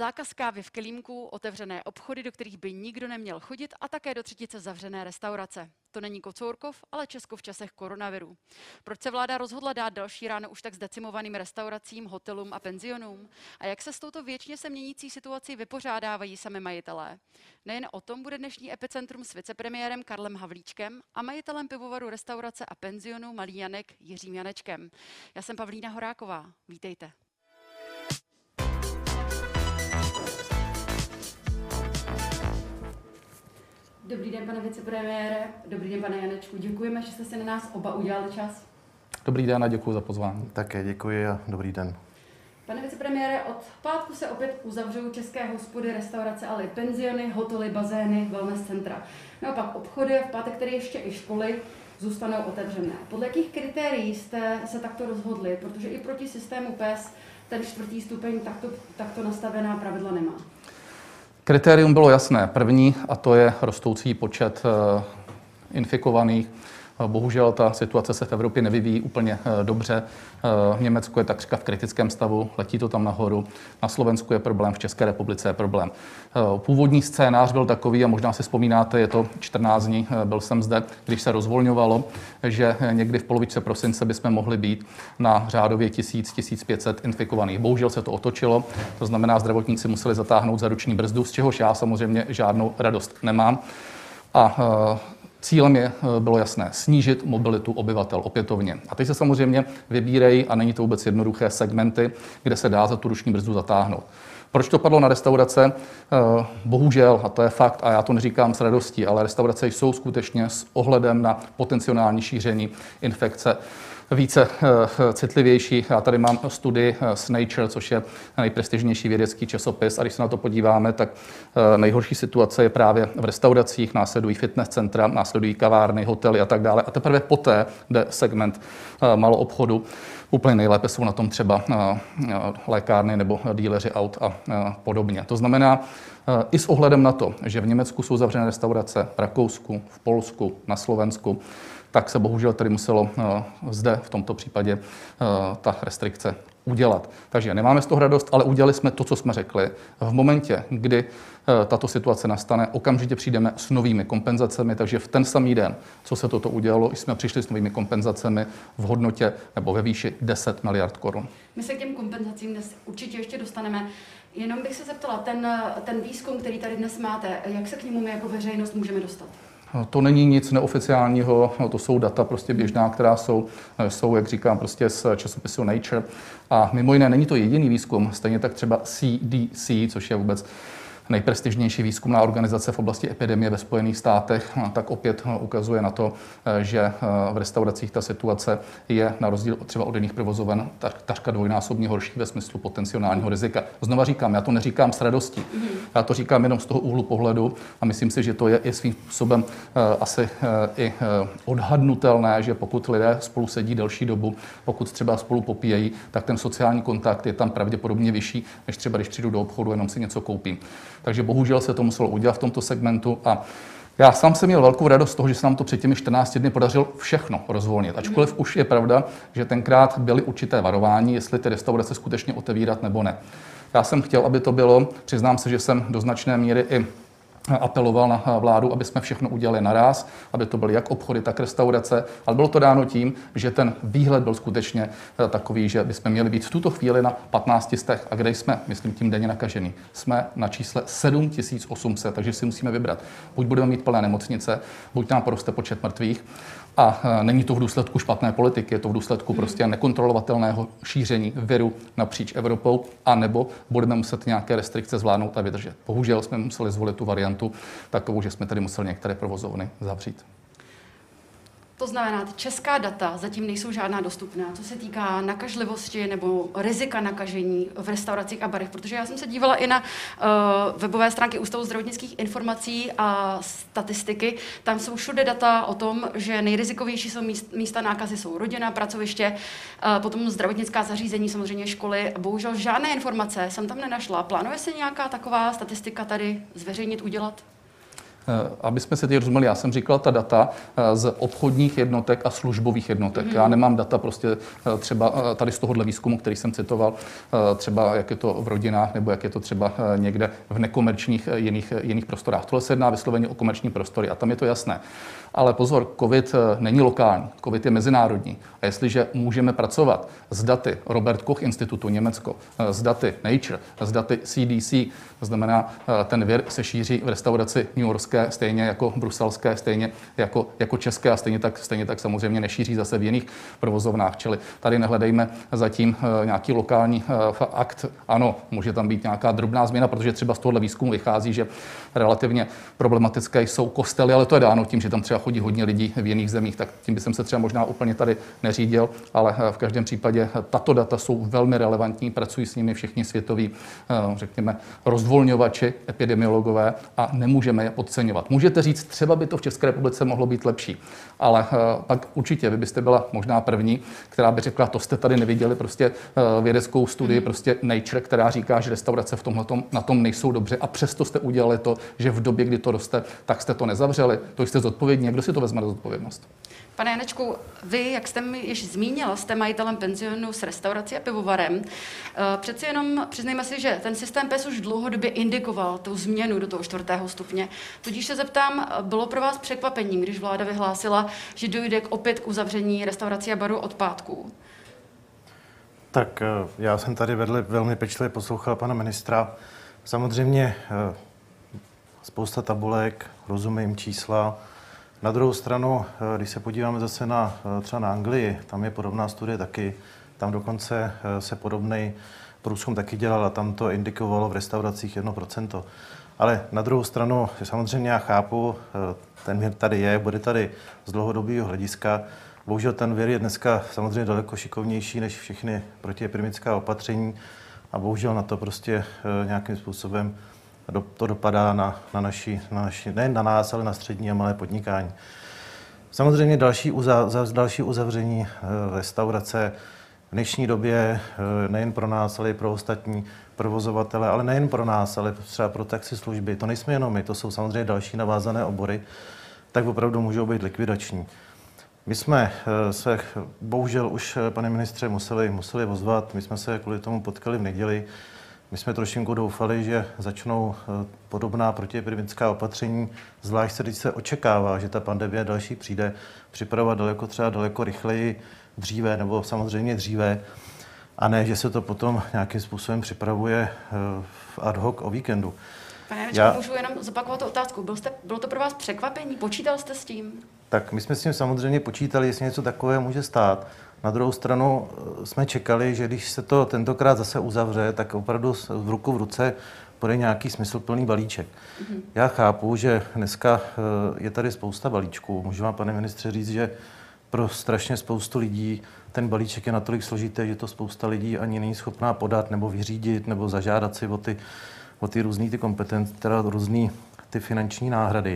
Zákaz kávy v kelímku, otevřené obchody, do kterých by nikdo neměl chodit a také do třetice zavřené restaurace. To není Kocourkov, ale Česko v časech koronaviru. Proč se vláda rozhodla dát další ráno už tak zdecimovaným restauracím, hotelům a penzionům? A jak se s touto věčně se měnící situací vypořádávají sami majitelé? Nejen o tom bude dnešní Epicentrum s vicepremiérem Karlem Havlíčkem a majitelem pivovaru restaurace a penzionu Malý Janek Jiřím Janečkem. Já jsem Pavlína Horáková. Vítejte. Dobrý den, pane vicepremiére, dobrý den, pane Janečku. Děkujeme, že jste si na nás oba udělali čas. Dobrý den a děkuji za pozvání. Také děkuji a dobrý den. Pane vicepremiére, od pátku se opět uzavřou české hospody, restaurace, ale i penziony, hotely, bazény, wellness centra. Naopak obchody, v pátek tedy ještě i školy zůstanou otevřené. Podle jakých kritérií jste se takto rozhodli? Protože i proti systému PES ten čtvrtý stupeň takto nastavená pravidla nemá. Kritérium bylo jasné. První, a to je rostoucí počet infikovaných. Bohužel ta situace se v Evropě nevyvíjí úplně dobře. Německo je takřka v kritickém stavu, letí to tam nahoru. Na Slovensku je problém, v České republice je problém. Původní scénář byl takový, a možná si vzpomínáte, je to 14 dní, byl jsem zde, když se rozvolňovalo, že někdy v polovičce prosince bychom mohli být na řádově 1000–1500 infikovaných. Bohužel se to otočilo, to znamená, zdravotníci museli zatáhnout za ruční brzdu, z čehož já samozřejmě žádnou radost nemám. A cílem bylo jasné, snížit mobilitu obyvatel opětovně. A teď se samozřejmě vybírají, a není to vůbec jednoduché, segmenty, kde se dá za tu ruční brzdu zatáhnout. Proč to padlo na restaurace? Bohužel, a to je fakt, a já to neříkám s radostí, ale restaurace jsou skutečně s ohledem na potenciální šíření infekce více citlivější. Já tady mám studii z Nature, což je nejprestižnější vědecký časopis, a když se na to podíváme, tak nejhorší situace je právě v restauracích, následují fitness centra, následují kavárny, hotely a tak dále. A teprve poté jde segment maloobchodu. Úplně nejlépe jsou na tom třeba lékárny nebo díleři aut a podobně. To znamená, i s ohledem na to, že v Německu jsou zavřené restaurace, v Rakousku, v Polsku, na Slovensku, tak se bohužel tady muselo zde v tomto případě ta restrikce udělat. Takže nemáme z toho radost, ale udělali jsme to, co jsme řekli. V momentě, kdy tato situace nastane, okamžitě přijdeme s novými kompenzacemi, takže v ten samý den, co se toto udělalo, jsme přišli s novými kompenzacemi v hodnotě nebo ve výši 10 miliard korun. My se k těm kompenzacím dnes určitě ještě dostaneme. Jenom bych se zeptala, ten výzkum, který tady dnes máte, jak se k němu my jako veřejnost můžeme dostat? To není nic neoficiálního, to jsou data prostě běžná, která jsou, jak říkám, prostě z časopisu Nature. A mimo jiné není to jediný výzkum, stejně tak třeba CDC, což je vůbec nejprestižnější výzkumná organizace v oblasti epidemie ve Spojených státech, tak opět ukazuje na to, že v restauracích ta situace je na rozdíl třeba od jiných provozoven takřka dvojnásobně horší ve smyslu potenciálního rizika. Znova říkám, já to neříkám s radostí. Já to říkám jenom z toho úhlu pohledu a myslím si, že to je i svým způsobem asi i odhadnutelné, že pokud lidé spolu sedí delší dobu, pokud třeba spolu popíjejí, tak ten sociální kontakt je tam pravděpodobně vyšší, než třeba když přijdu do obchodu, jenom si něco koupím. Takže bohužel se to muselo udělat v tomto segmentu a já sám jsem měl velkou radost z toho, že se nám to před těmi 14 dny podařilo všechno rozvolnit. Ačkoliv už je pravda, že tenkrát byly určité varování, jestli ty restaurace skutečně otevírat nebo ne. Já jsem chtěl, aby to bylo, přiznám se, že jsem do značné míry i apeloval na vládu, aby jsme všechno udělali naraz, aby to byly jak obchody, tak restaurace, ale bylo to dáno tím, že ten výhled byl skutečně takový, že bychom měli být v tuto chvíli na 1500, a kde jsme, myslím, tím denně nakažený. Jsme na čísle 7800, takže si musíme vybrat. Buď budeme mít plné nemocnice, buď nám poroste počet mrtvých, a není to v důsledku špatné politiky, je to v důsledku prostě nekontrolovatelného šíření viru napříč Evropou, anebo budeme muset nějaké restrikce zvládnout a vydržet. Bohužel jsme museli zvolit tu variantu takovou, že jsme tady museli některé provozovny zavřít. To znamená, ty česká data zatím nejsou žádná dostupná, co se týká nakažlivosti nebo rizika nakažení v restauracích a barech, protože já jsem se dívala i na webové stránky Ústavu zdravotnických informací a statistiky. Tam jsou všude data o tom, že nejrizikovější jsou místa nákazy jsou rodina, pracoviště, potom zdravotnická zařízení, samozřejmě školy. Bohužel žádné informace jsem tam nenašla. Plánuje se nějaká taková statistika tady zveřejnit, udělat? Aby jsme si teď rozuměli, já jsem říkal ta data z obchodních jednotek a službových jednotek. Já nemám data prostě třeba tady z tohohle výzkumu, který jsem citoval, třeba jak je to v rodinách nebo jak je to třeba někde v nekomerčních jiných prostorách. Tohle se jedná vysloveně o komerční prostory a tam je to jasné. Ale pozor, COVID není lokální, COVID je mezinárodní. A jestliže můžeme pracovat s daty Robert Koch institutu Německo, s daty Nature, s daty CDC, to znamená, ten vir se šíří v restauraci newyorské, stejně jako bruselské, stejně jako české a stejně tak samozřejmě nešíří zase v jiných provozovnách. Čili tady nehledejme zatím nějaký lokální akt. Ano, může tam být nějaká drobná změna, protože třeba z tohohle výzkumu vychází, že relativně problematické jsou kostely, ale to je dáno tím, že tam třeba chodí hodně lidí v jiných zemích, tak tím by jsem se třeba možná úplně tady neřídil, ale v každém případě tato data jsou velmi relevantní, pracují s nimi všichni světoví, řekněme, rozvolňovači, epidemiologové a nemůžeme je podceňovat. Můžete říct, třeba by to v České republice mohlo být lepší, ale pak určitě vy byste byla možná první, která by řekla, to jste tady neviděli, prostě vědeckou studii, prostě Nature, která říká, že restaurace v tomhletom na tom nejsou dobře a přesto jste udělali to, že v době, kdy to roste, tak jste to nezavřeli. To jste zodpovědní. Kdo si to vezme na zodpovědnost? Pane Janečku, vy, jak jste mi již zmínil, jste majitelem penzionu s restaurací a pivovarem. Přeci jenom přiznejme si, že ten systém PES už dlouhodobě indikoval tu změnu do toho 4. stupně. Tudíž se zeptám, bylo pro vás překvapením, když vláda vyhlásila, že dojde opět k uzavření restaurací a barů od pátku? Tak já jsem tady velmi pečlivě poslouchal pana ministra. Samozřejmě spousta tabulek, rozumím čísla. Na druhou stranu, když se podíváme zase třeba na Anglii, tam je podobná studie taky. Tam dokonce se podobný průzkum taky dělal a tam to indikovalo v restauracích 1%. Ale na druhou stranu, samozřejmě já chápu, ten vir tady je, bude tady z dlouhodobého hlediska. Bohužel ten vir je dneska samozřejmě daleko šikovnější než všechny protiepidemická opatření a bohužel na to prostě nějakým způsobem to dopadá na naši, nejen na nás, ale na střední a malé podnikání. Samozřejmě další uzavření restaurace v dnešní době nejen pro nás, ale i pro ostatní provozovatele, ale nejen pro nás, ale třeba pro taxislužby. To nejsme jenom my, to jsou samozřejmě další navázané obory, tak opravdu můžou být likvidační. My jsme se bohužel už, pane ministře, museli ozvat. My jsme se kvůli tomu potkali v neděli. My jsme trošinku doufali, že začnou podobná protiepidemická opatření, zvlášť se, když se očekává, že ta pandemie další přijde, připravovat daleko rychleji, dříve, nebo samozřejmě dříve, a ne, že se to potom nějakým způsobem připravuje ad hoc o víkendu. Pane Janečku, můžu jenom zopakovat tu otázku. Bylo to pro vás překvapení? Počítal jste s tím? Tak my jsme s tím samozřejmě počítali, jestli něco takového může stát. Na druhou stranu jsme čekali, že když se to tentokrát zase uzavře, tak opravdu v ruku v ruce bude nějaký smysluplný balíček. Já chápu, že dneska je tady spousta balíčků. Můžu vám, pane ministře, říct, že pro strašně spoustu lidí ten balíček je natolik složitý, že to spousta lidí ani není schopná podat nebo vyřídit nebo zažádat si o ty různý ty kompetence, teda různý ty finanční náhrady.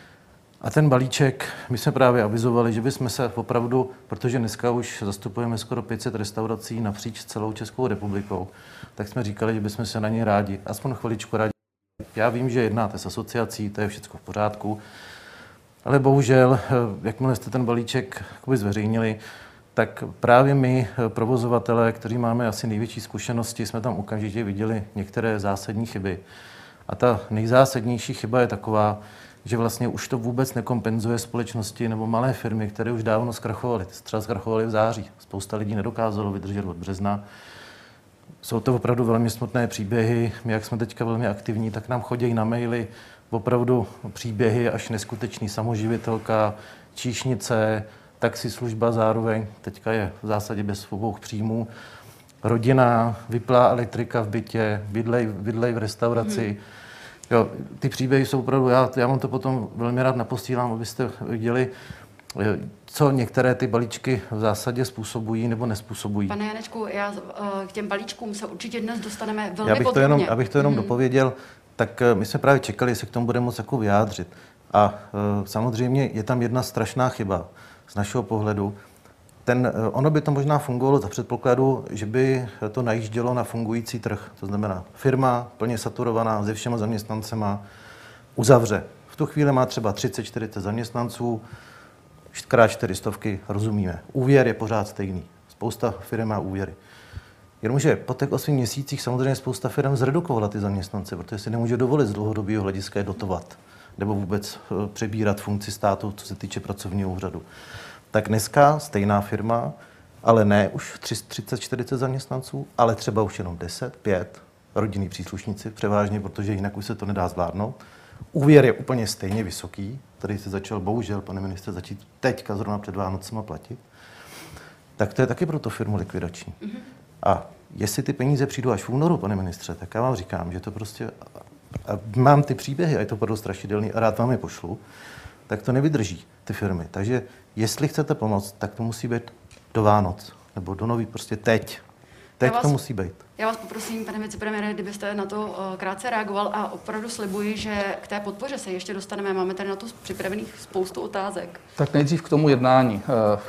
A ten balíček, my jsme právě avizovali, že bychom se opravdu, protože dneska už zastupujeme skoro 500 restaurací napříč celou Českou republikou, tak jsme říkali, že bychom se na ně rádi, aspoň chviličku rádi. Já vím, že jednáte s asociací, to je všechno v pořádku, ale bohužel, jakmile jste ten balíček zveřejnili, tak právě my, provozovatelé, kteří máme asi největší zkušenosti, jsme tam okamžitě viděli některé zásadní chyby. A ta nejzásadnější chyba je taková, že vlastně už to vůbec nekompenzuje společnosti nebo malé firmy, které už dávno zkrachovaly. Třeba zkrachovaly v září. Spousta lidí nedokázalo vydržet od března. Jsou to opravdu velmi smutné příběhy. My, jak jsme teďka velmi aktivní, tak nám chodí na maily opravdu příběhy až neskutečný. Samoživitelka, číšnice, taxislužba zároveň, teďka je v zásadě bez obou příjmů. Rodina, vyplá elektrika v bytě, bydlej v restauraci. Jo, ty příběhy jsou opravdu, já vám to potom velmi rád naposílám, abyste viděli, co některé ty balíčky v zásadě způsobují nebo nespůsobují. Pane Janečku, k těm balíčkům se určitě dnes dostaneme velmi podrobně. Abych to jenom dopověděl, tak my jsme právě čekali, jestli k tomu bude moc jako vyjádřit. A samozřejmě je tam jedna strašná chyba z našeho pohledu. Ono by to možná fungovalo za předpokladu, že by to najíždělo na fungující trh. To znamená, firma plně saturovaná se všema zaměstnancema uzavře. tu chvíli má třeba 30-40 zaměstnanců, krát 400, rozumíme. Úvěr je pořád stejný. Spousta firm má úvěry. Jenomže po těch 8 měsících samozřejmě spousta firm zredukovala ty zaměstnance, protože si nemůže dovolit z dlouhodobého hlediska je dotovat nebo vůbec přebírat funkci státu, co se týče pracovního úřadu. Tak dneska stejná firma, ale ne už 30-40 zaměstnanců, ale třeba už jenom 10, 5 rodinní příslušníci převážně, protože jinak už se to nedá zvládnout. Úvěr je úplně stejně vysoký, který se začal bohužel, pane ministře, začít teďka zrovna před Vánocema platit. Tak to je taky pro tu firmu likvidační. A jestli ty peníze přijdou až v únoru, pane ministře, tak já vám říkám, že to prostě... A mám ty příběhy, a je to opravdu strašidelný a rád vám je pošlu, tak to nevydrží ty firmy. Takže jestli chcete pomoct, tak to musí být do Vánoc, nebo do nový, prostě teď. Teď to musí být. Já vás poprosím, pane vicepremiére, kdybyste na to krátce reagoval a opravdu slibuji, že k té podpoře se ještě dostaneme. Máme tady na to připravených spoustu otázek. Tak nejdřív k tomu jednání.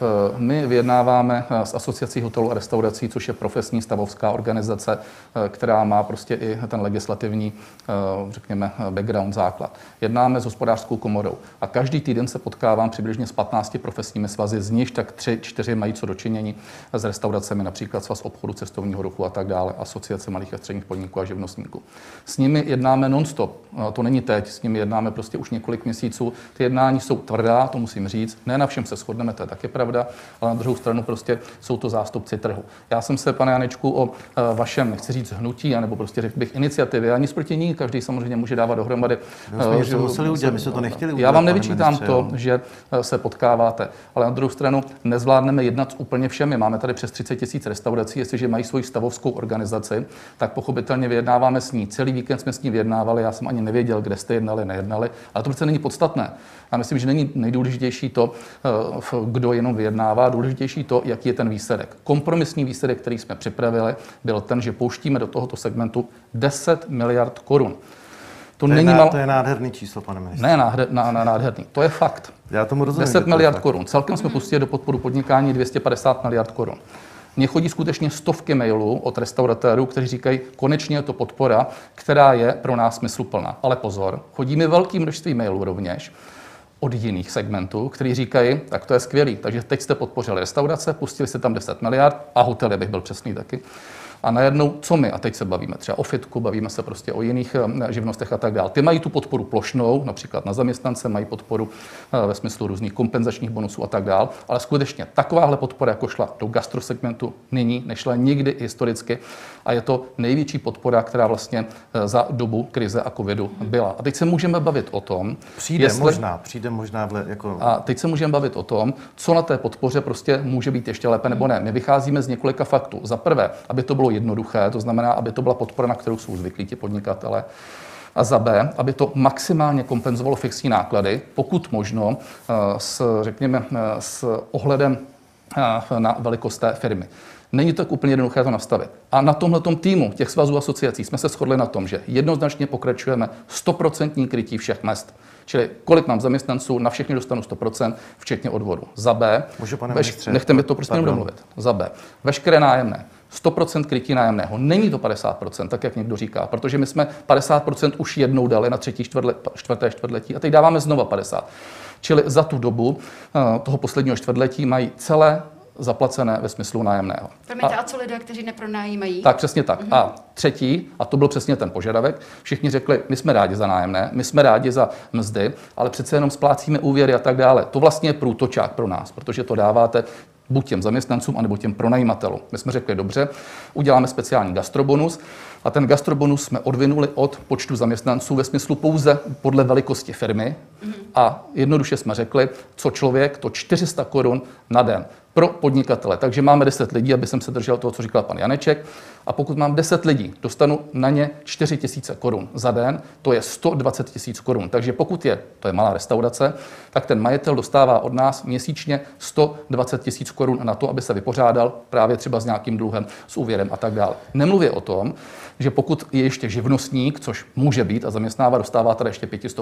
My vyjednáváme s Asociací hotelů a restaurací, což je profesní stavovská organizace, která má prostě i ten legislativní, řekněme, background, základ. Jednáme s Hospodářskou komorou a každý týden se potkávám přibližně s 15 profesními svazy, z nich tak 3-4 mají co dočinění s restauracemi, například Svaz obchodu, cestovního ruchu a tak dále, Asociace malých a středních podniků a živnostníků. S nimi jednáme non-stop, to není teď, s nimi jednáme prostě už několik měsíců. Ty jednání jsou tvrdá, to musím říct, ne na všem se shodneme, to je taky pravda, ale na druhou stranu prostě jsou to zástupci trhu. Já jsem se, pane Janečku, o vašem, nechci říct hnutí, anebo prostě řekl bych iniciativě, ani proti ní, každý samozřejmě může dávat dohromady. My jsme museli udělat, my jsme to nechtěli udělat. Já vám nevyčítám to, že se potkáváte, ale na druhou stranu nezvládneme jednat s úplně všemi. Máme tady přes 30 000 restaurací, jestliže mají svoji stavovskou organizaci, tak pochopitelně vyjednáváme s ní. Celý víkend jsme s ní vyjednávali, já jsem ani nevěděl, kde jste jednali, nejednali, ale to přece není podstatné. Já myslím, že není nejdůležitější to, kdo jenom vyjednává, důležitější to, jaký je ten výsledek. Kompromisní výsledek, který jsme připravili, byl ten, že pouštíme do tohoto segmentu 10 miliard korun. To je nádherný číslo, pane ministře. Ne nádherný, to je fakt. Já tomu rozumím. 10 miliard korun. Celkem jsme pustili do podporu podnikání 250 miliard korun. Mně chodí skutečně stovky mailů od restauratérů, kteří říkají, konečně je to podpora, která je pro nás smysluplná. Ale pozor, chodí mi velké množství mailů rovněž od jiných segmentů, kteří říkají, tak to je skvělý, takže teď jste podpořili restaurace, pustili jste tam 10 miliard a hotely, bych byl přesný taky. A najednou, co my? A teď se bavíme třeba o fitku, bavíme se prostě o jiných živnostech a tak dále. Ty mají tu podporu plošnou, například na zaměstnance, mají podporu ve smyslu různých kompenzačních bonusů a tak dále. Ale skutečně takováhle podpora, jako šla do gastrosegmentu nyní, nešla nikdy historicky. A je to největší podpora, která vlastně za dobu krize a covidu byla. A teď se můžeme bavit o tom, přijde možná jako... A teď se můžeme bavit o tom, co na té podpoře prostě může být ještě lépe nebo ne. My vycházíme z několika faktů. Za prvé, aby to bylo jednoduché, to znamená, aby to byla podpora, na kterou jsou zvyklí ti podnikatele. A za B, aby to maximálně kompenzovalo fixní náklady, pokud možno řekněme, s ohledem na velikost té firmy. Není tak úplně jednoduché to nastavit. A na tomhletom týmu těch svazů asociací jsme se shodli na tom, že jednoznačně pokračujeme 100% krytí všech mezd. Čili kolik mám zaměstnanců, na všechny dostanu 100%, včetně odvodu. Za B, nechte mi to prostě domluvit. Za B, veškeré nájemné. 100% krytí nájemného. Není to 50%, tak jak někdo říká, protože my jsme 50% už jednou dali na čtvrté čtvrtletí a teď dáváme znova 50%. Čili za tu dobu toho posledního čtvrtletí mají celé zaplacené ve smyslu nájemného. Promiňte, a co lidé, kteří nepronájímají? Tak, přesně tak. A třetí, a to byl přesně ten požadavek, všichni řekli, my jsme rádi za nájemné, my jsme rádi za mzdy, ale přece jenom splácíme úvěry a tak dále. To vlastně je průtočák pro nás, protože to dáváte buď těm zaměstnancům, anebo těm pronajímatelům. My jsme řekli, dobře, uděláme speciální gastrobonus a ten gastrobonus jsme odvinuli od počtu zaměstnanců ve smyslu pouze podle velikosti firmy a jednoduše jsme řekli, co člověk, to 400 korun na den pro podnikatele. Takže máme 10 lidí, aby jsem se držel toho, co říkal pan Janeček. A pokud mám 10 lidí, dostanu na ně 4 000 korun za den, to je 120 000 korun. Takže pokud to je malá restaurace, tak ten majitel dostává od nás měsíčně 120 000 korun na to, aby se vypořádal právě třeba s nějakým dluhem, s úvěrem a tak dále. Nemluvě o tom, že pokud je ještě živnostník, což může být a zaměstnává, dostává tady ještě 500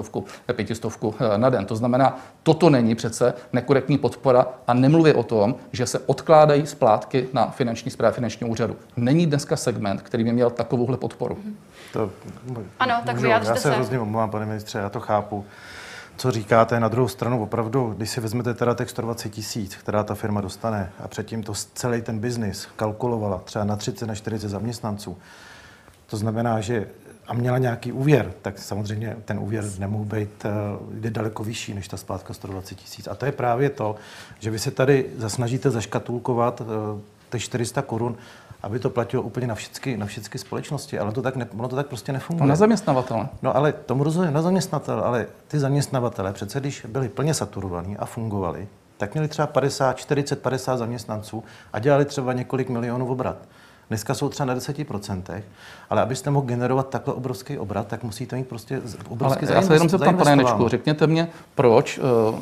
na den. To znamená, toto není přece nekorektní podpora a nemluvě o tom, že se odkládají splátky na finanční správě finančního úřadu. Není dneska segment, který by měl takovouhle podporu. Ano, tak vyjádřete se. Já se hrozně omlouvám, pane ministře, já to chápu. co říkáte, na druhou stranu opravdu, když si vezmete teda těch 120 000, která ta firma dostane a předtím to celý ten biznis kalkulovala třeba na 30, na 40 zaměstnanců, to znamená, že a měla nějaký úvěr, tak samozřejmě ten úvěr nemohl být jde daleko vyšší než ta splátka 120 000. A to je právě to, že vy se tady zasnažíte zaškatulkovat těch 400 korun, aby to platilo úplně na všechny společnosti, ale ono to tak prostě nefunguje. No na zaměstnavatele. No ale tomu rozumím, na zaměstnavatele, ale ty zaměstnavatele přece, když byli plně saturovaní a fungovali, tak měli třeba 50 zaměstnanců a dělali třeba několik milionů obrat. Dneska jsou třeba na 10%, ale abyste mohl generovat takhle obrovský obrat, tak musíte mít prostě obrovský zainvestováno. Já se jenom zeptám, pane Janečku, řekněte mě, proč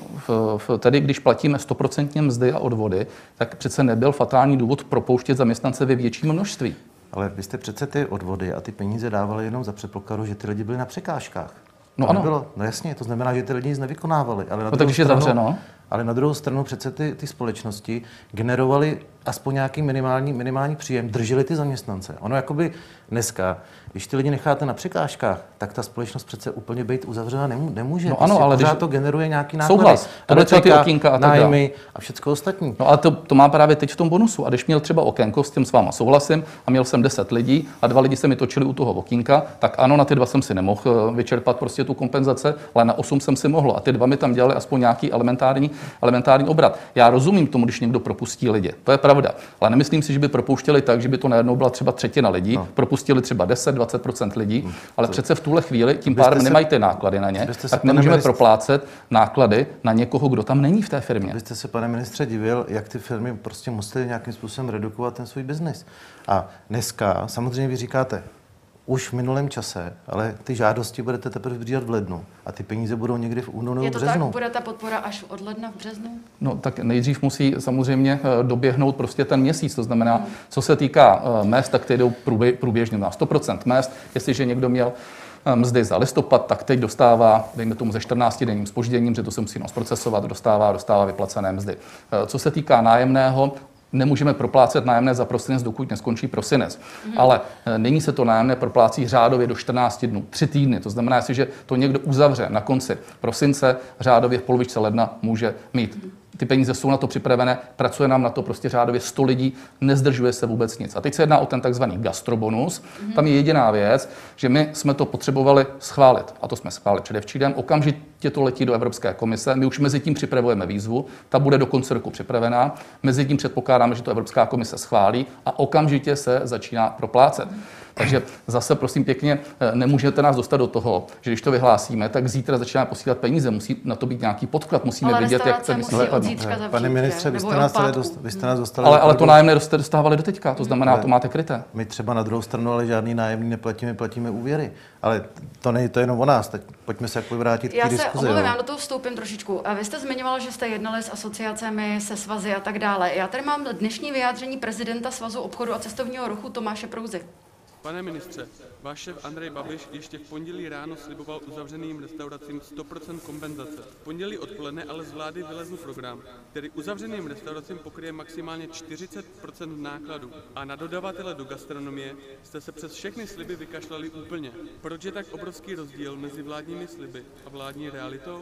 tedy, když platíme 100% mzdy a odvody, tak přece nebyl fatální důvod propouštět zaměstnance ve větším množství. Ale vy jste přece ty odvody a ty peníze dávali jenom za předpokladu, že ty lidi byli na překážkách. No ano. Nebylo. No jasně, to znamená, že ty lidi nic nevykonávali. Ale no tak když je zavřeno. Ale na druhou stranu přece ty společnosti generovaly aspoň nějaký minimální příjem, drželi ty zaměstnance. Ono jakoby dneska, když ty lidi necháte na překážkách, tak ta společnost přece úplně být uzavřena nemůže. No ano, ale pořád když to generuje nějaký náklady. Souhlas. Tohle třeba ty okýnka a tak nájmy a všechno ostatní. No ale to má právě teď v tom bonusu. A když měl třeba okénko, s tím s váma souhlasím, a měl jsem 10 lidí a 2 lidi se mi točili u toho okýnka, tak ano, na ty 2 jsem si nemohl vyčerpat prostě tu kompenzace, ale na 8 jsem si mohl. A ty 2 mi tam dělali aspoň nějaký elementární obrat. Já rozumím tomu, když někdo propustí lidi. To je pravda. Ale nemyslím si, že by propouštěli tak, že by to najednou byla třeba třetina lidí, propustili třeba 10-20% lidí, ale přece v tuhle chvíli tím pádem nemají ty náklady na ně, tak nemůžeme proplácet náklady na někoho, kdo tam není v té firmě. Vy jste se, pane ministře, divil, jak ty firmy prostě musely nějakým způsobem redukovat ten svůj biznis. A dneska, samozřejmě vy říkáte, už v minulém čase, ale ty žádosti budete teprve vybírat v lednu a ty peníze budou někdy v únoru nebo březnu. Je to tak? Bude ta podpora až od ledna v březnu? No tak nejdřív musí samozřejmě doběhnout prostě ten měsíc, to znamená, co se týká mezd, tak ty jdou průběžně na 100% mezd. Jestliže někdo měl mzdy za listopad, tak teď dostává, dejme tomu ze 14denním zpožděním, že to se musí zprocesovat, dostává vyplacené mzdy. Co se týká nájemného, nemůžeme proplácet nájemné za prosinec, dokud neskončí prosinec. Ale nyní se to nájemné proplácí řádově do 14 dnů, 3 týdny. To znamená, jestliže to někdo uzavře na konci prosince, řádově v polovičce ledna může mít. Ty peníze jsou na to připravené, pracuje nám na to prostě řádově 100 lidí, nezdržuje se vůbec nic. A teď se jedná o ten takzvaný gastrobonus. Tam je jediná věc, že my jsme to potřebovali schválit. A to jsme schválili předevčírem. Okamžitě to letí do Evropské komise. My už mezi tím připravujeme výzvu. Ta bude do konce roku připravená. Mezi tím předpokládáme, že to Evropská komise schválí a okamžitě se začíná proplácet. Takže zase, prosím pěkně, nemůžete nás dostat do toho, že když to vyhlásíme, tak zítra začínáme posílat peníze. Musí na to být nějaký podklad, musíme vidět, jak ten musí od zítřka zavřít. Pane ministře, vy jste nás dostali... Ale to nájemné jste dostávali do teďka, to znamená, to máte kryté. My třeba na druhou stranu, ale žádný nájemný neplatíme, platíme úvěry. Ale to není to jenom o nás, teď pojďme se jako vrátit k té diskuzi. Já do toho vstoupím trošičku. A vy jste zmiňoval, že jste jednali s asociacemi, se svazy a tak dále. Já tady mám dnešní vyjádření prezidenta Svazu obchodu a cestovního ruchu Tomáše Prouzy. Pane ministře, váš šéf Andrej Babiš ještě v pondělí ráno sliboval uzavřeným restauracím 100% kompenzace. V pondělí odpoledne ale z vlády vylezl program, který uzavřeným restauracím pokryje maximálně 40% nákladů. A na dodavatele do gastronomie jste se přes všechny sliby vykašlali úplně. Proč je tak obrovský rozdíl mezi vládními sliby a vládní realitou?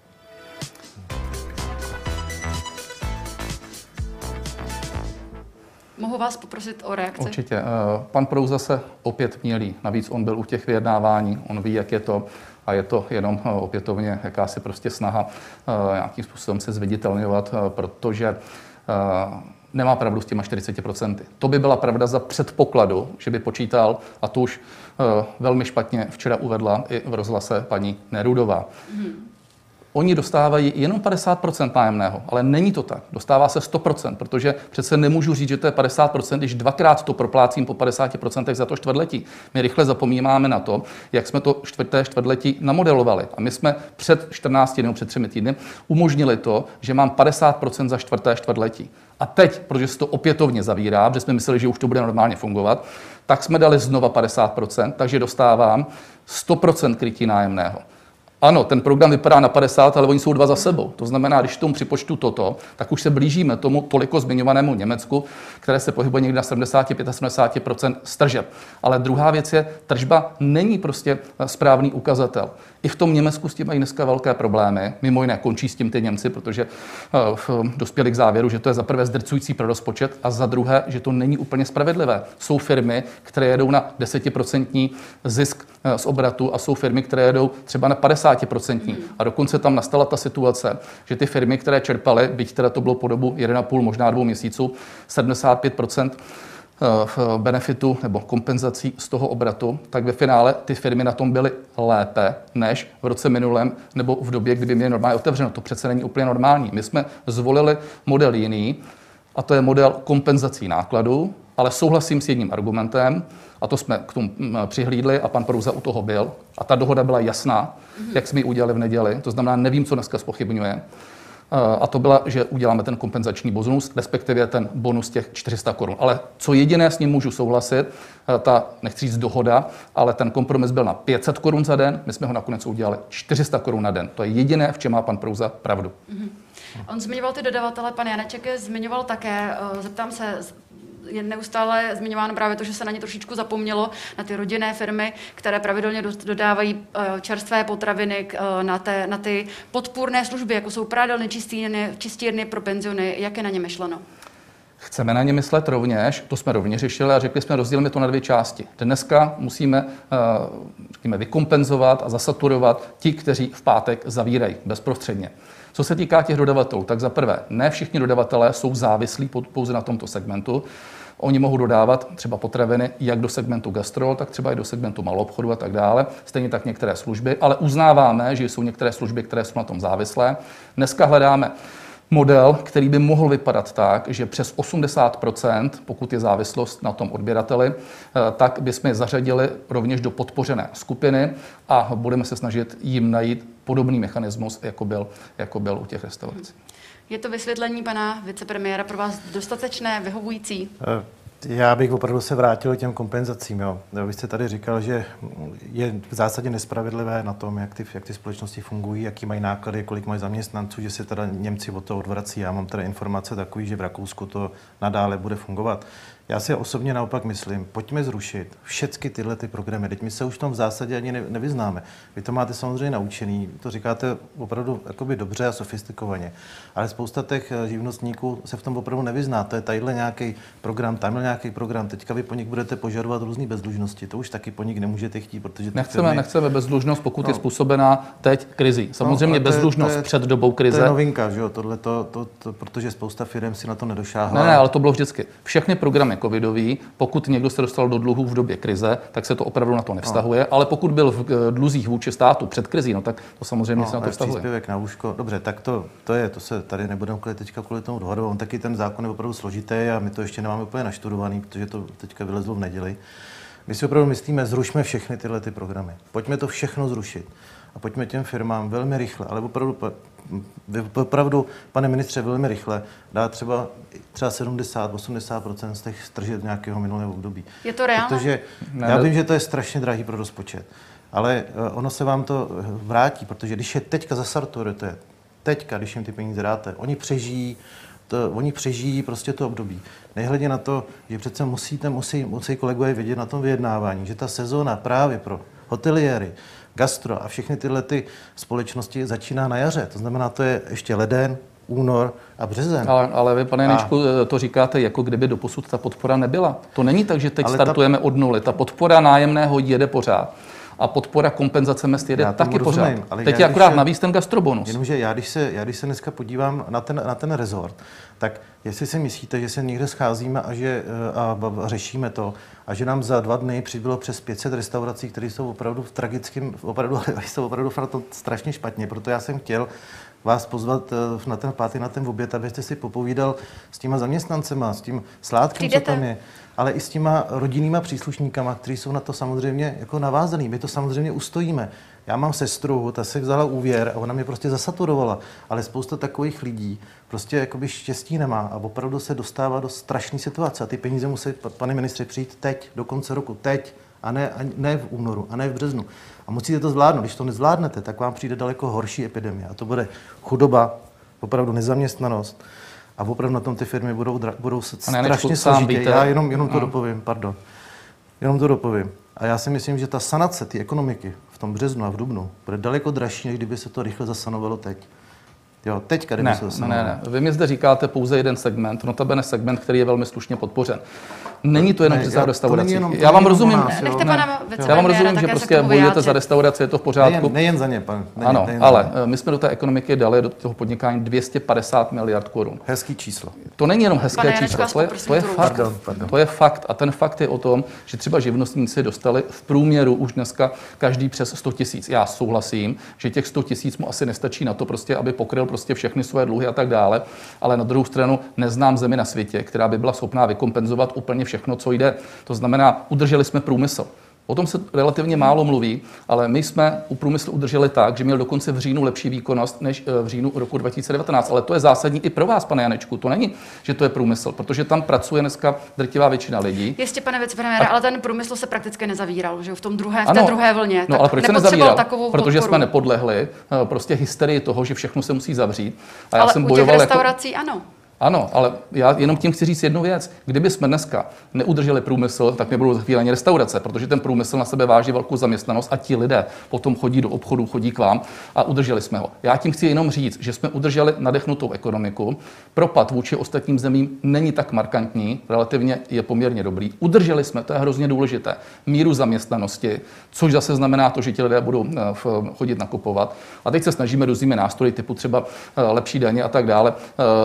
Mohu vás poprosit o reakci? Určitě. Pan Prouza se opět mělí. Navíc on byl u těch vyjednávání, on ví, jak je to. A je to jenom opětovně jakási prostě snaha nějakým způsobem se zviditelňovat, protože nemá pravdu s těma 40%. To by byla pravda za předpokladu, že by počítal, a to už velmi špatně včera uvedla i v rozhlase paní Nerudová. Oni dostávají jenom 50% nájemného, ale není to tak. Dostává se 100%, protože přece nemůžu říct, že to je 50%, když dvakrát to proplácím po 50% za to čtvrtletí. My rychle zapomínáme na to, jak jsme to čtvrtletí namodelovali. A my jsme před 14 dny, před 3 týdny umožnili to, že mám 50% za čtvrtletí. A teď, protože se to opětovně zavírá, protože jsme mysleli, že už to bude normálně fungovat, tak jsme dali znova 50%, takže dostávám 100% krytí nájemného. Ano, ten program vypadá na 50, ale oni jsou 2 za sebou. To znamená, když tomu připočtu toto, tak už se blížíme tomu toliko zmiňovanému Německu, které se pohybuje někde na 75% stržeb. Ale druhá věc je, tržba není prostě správný ukazatel. I v tom Německu s tím mají dneska velké problémy. Mimo jiné končí s tím ty Němci, protože dospěli k závěru, že to je za prvé zdrcující pro rozpočet a za druhé, že to není úplně spravedlivé. Jsou firmy, které jedou na 10% zisk z obratu a jsou firmy, které jedou třeba na 50%. A dokonce tam nastala ta situace, že ty firmy, které čerpaly, byť teda to bylo po dobu 1,5, možná 2 měsíců, 75% benefitu nebo kompenzací z toho obratu, tak ve finále ty firmy na tom byly lépe než v roce minulém nebo v době, kdyby měly normálně otevřeno. To přece není úplně normální. My jsme zvolili model jiný a to je model kompenzací nákladů, ale souhlasím s jedním argumentem a to jsme k tomu přihlídli a pan Prouza u toho byl a ta dohoda byla jasná, jak jsme ji udělali v neděli, to znamená, nevím, co dneska zpochybňuje. A to byla, že uděláme ten kompenzační bonus, respektive ten bonus těch 400 korun. Ale co jediné s ním můžu souhlasit, ta, nechci říct dohoda, ale ten kompromis byl na 500 korun za den, my jsme ho nakonec udělali 400 korun na den. To je jediné, v čem má pan Prouza pravdu. On zmiňoval ty dodavatele, pan Janeček je zmiňoval také, zeptám se, je neustále zmiňováno právě to, že se na ně trošičku zapomnělo, na ty rodinné firmy, které pravidelně dodávají čerstvé potraviny na ty podpůrné služby, jako jsou prádelny, čistírny pro penziony. Jak je na ně myšleno? Chceme na ně myslet rovněž, to jsme rovněž řešili a řekli jsme, rozdělíme to na 2 části. Dneska musíme vykompenzovat a zasaturovat ti, kteří v pátek zavírají bezprostředně. Co se týká těch dodavatelů, tak za prvé, ne všichni dodavatelé jsou závislí pouze na tomto segmentu. Oni mohou dodávat třeba potraviny jak do segmentu gastro, tak třeba i do segmentu maloobchodu a tak dále. Stejně tak některé služby, ale uznáváme, že jsou některé služby, které jsou na tom závislé. Dneska hledáme model, který by mohl vypadat tak, že přes 80%, pokud je závislost na tom odběrateli, tak bychom je zařadili rovněž do podpořené skupiny a budeme se snažit jim najít podobný mechanismus, jako byl u těch restaurací. Je to vysvětlení pana vicepremiéra pro vás dostatečné, vyhovující? Já bych opravdu se vrátil k těm kompenzacím. Jo. Vy jste tady říkal, že je v zásadě nespravedlivé na tom, jak ty společnosti fungují, jaký mají náklady, kolik mají zaměstnanců, že se teda Němci od toho odvrací. Já mám teda informace takový, že v Rakousku to nadále bude fungovat. Já si osobně naopak myslím, pojďme zrušit všechny tyhle ty programy. Teď my se už v tom v zásadě ani nevyznáme. Vy to máte samozřejmě naučený, to říkáte opravdu jakoby dobře a sofistikovaně. Ale spousta těch živnostníků se v tom opravdu nevyzná. To je tadyhle nějaký program, tamhle nějaký program. Teďka vy po nich budete požadovat různý bezdlužnosti. To už taky po nich nemůžete chtít, protože nechceme bezdlužnost, pokud je způsobená teď krizí. Samozřejmě bezdlužnost před dobou krize. To je novinka, že jo? Protože spousta firm si na to nedošáhla. Ne, ale to bylo vždycky. Všechny programy covidový, pokud někdo se dostal do dluhů v době krize, tak se to opravdu na to nevztahuje, ale pokud byl v dluzích vůči státu před krizí, no tak to samozřejmě se na to vztahuje. Příspěvek na lůžko. Dobře, tak to se tady nebudeme teďka kvůli tomu dohadovat. On taky ten zákon je opravdu složitý a my to ještě nemáme úplně naštudovaný, protože to teďka vylezlo v neděli. My si opravdu myslíme, zrušme všechny tyhle ty programy. Pojďme to všechno zrušit. A pojďme těm firmám velmi rychle, ale opravdu, pane ministře, velmi rychle dát třeba 70-80% z těch tržeb nějakého minulého období. Je to reálné? Protože já vím, že to je strašně drahý pro rozpočet, ale ono se vám to vrátí, protože když je teďka zastartujete, když jim ty peníze dáte, oni přežijí prostě to období. Nehledě na to, že přece musí kolegové vědět na tom vyjednávání, že ta sezóna právě pro hoteliéry, gastro a všechny tyhle ty společnosti začíná na jaře. To znamená, to je ještě leden, únor a březen. Ale vy, pane Janečku, to říkáte, jako kdyby doposud ta podpora nebyla. To není tak, že teď startujeme od nuly. Ta podpora nájemného jede pořád. A podpora kompenzace mezd jede taky pořád. Teď je akorát navíc ten gastrobonus. Jenomže já, když se dneska podívám na ten rezort, tak jestli si myslíte, že se někde scházíme a řešíme to a že nám za 2 dny přibylo přes 500 restaurací, které jsou opravdu v tragickém, jsou opravdu strašně špatně. Proto já jsem chtěl vás pozvat na ten pátý, na ten oběd, abyste si popovídal s těma zaměstnancema, s tím Sládkem, co tam je, ale i s těma rodinnýma příslušníkama, kteří jsou na to samozřejmě jako navázaný. My to samozřejmě ustojíme. Já mám sestru, ta si vzala úvěr a ona mě prostě zasaturovala, ale spousta takových lidí prostě jakoby štěstí nemá a opravdu se dostává do strašné situace a ty peníze musí, pane ministře, přijít teď, do konce roku, teď a ne v únoru, a ne v březnu. A musíte to zvládnout. Když to nezvládnete, tak vám přijde daleko horší epidemie. A to bude chudoba, opravdu nezaměstnanost. A opravdu na tom ty firmy budou strašně složitě. Já jenom to dopovím, pardon. Jenom to dopovím. A já si myslím, že ta sanace té ekonomiky v tom březnu a v dubnu bude daleko dražší, než kdyby se to rychle zasanovalo teď. Jo, teďka, kdyby se zasanovalo. Ne. Vy mi zde říkáte pouze jeden segment, notabene segment, který je velmi slušně podpořen. Není to jenom přes restauraci. Já vám rozumím, že prostě bojujete za restauraci, je to v pořádku. Nejen za ně, pan. Ano, ale my jsme do té ekonomiky dali do toho podnikání 250 miliard korun. Hezký číslo. To není jenom hezké číslo, to je fakt. To je fakt. A ten fakt je o tom, že třeba živnostníci dostali v průměru už dneska každý přes 100 000. Já souhlasím, že těch 100 000 mu asi nestačí na to, prostě, aby pokryl prostě všechny svoje dluhy a tak dále, ale na druhou stranu neznám zemi na světě, která by byla schopná vykompenzovat úplně všechno, co jde. To znamená, udrželi jsme průmysl. O tom se relativně málo mluví, ale my jsme u průmyslu udrželi tak, že měl dokonce v říjnu lepší výkonnost než v říjnu roku 2019. Ale to je zásadní i pro vás, pane Janečku. To není, že to je průmysl, protože tam pracuje dneska drtivá většina lidí. Jistě, pane vicepremiére, ale ten průmysl se prakticky nezavíral, že v té druhé vlně. No, ale proč se nezavíral? Protože jsme nepodlehli prostě hysterii toho, že všechno se musí zavřít. A já jsem bojoval u těch restaurací ano. Ano, ale já jenom tím chci říct jednu věc. Kdyby jsme dneska neudrželi průmysl, tak nebudou za chvíli ani restaurace, protože ten průmysl na sebe váží velkou zaměstnanost a ti lidé potom chodí do obchodu, chodí k vám a udrželi jsme ho. Já tím chci jenom říct, že jsme udrželi nadechnutou ekonomiku. Propad vůči ostatním zemím není tak markantní, relativně je poměrně dobrý. Udrželi jsme, to je hrozně důležité, míru zaměstnanosti, což zase znamená to, že ti lidé budou chodit nakupovat. A teď se snažíme různými nástroji typu třeba lepší daně a tak dále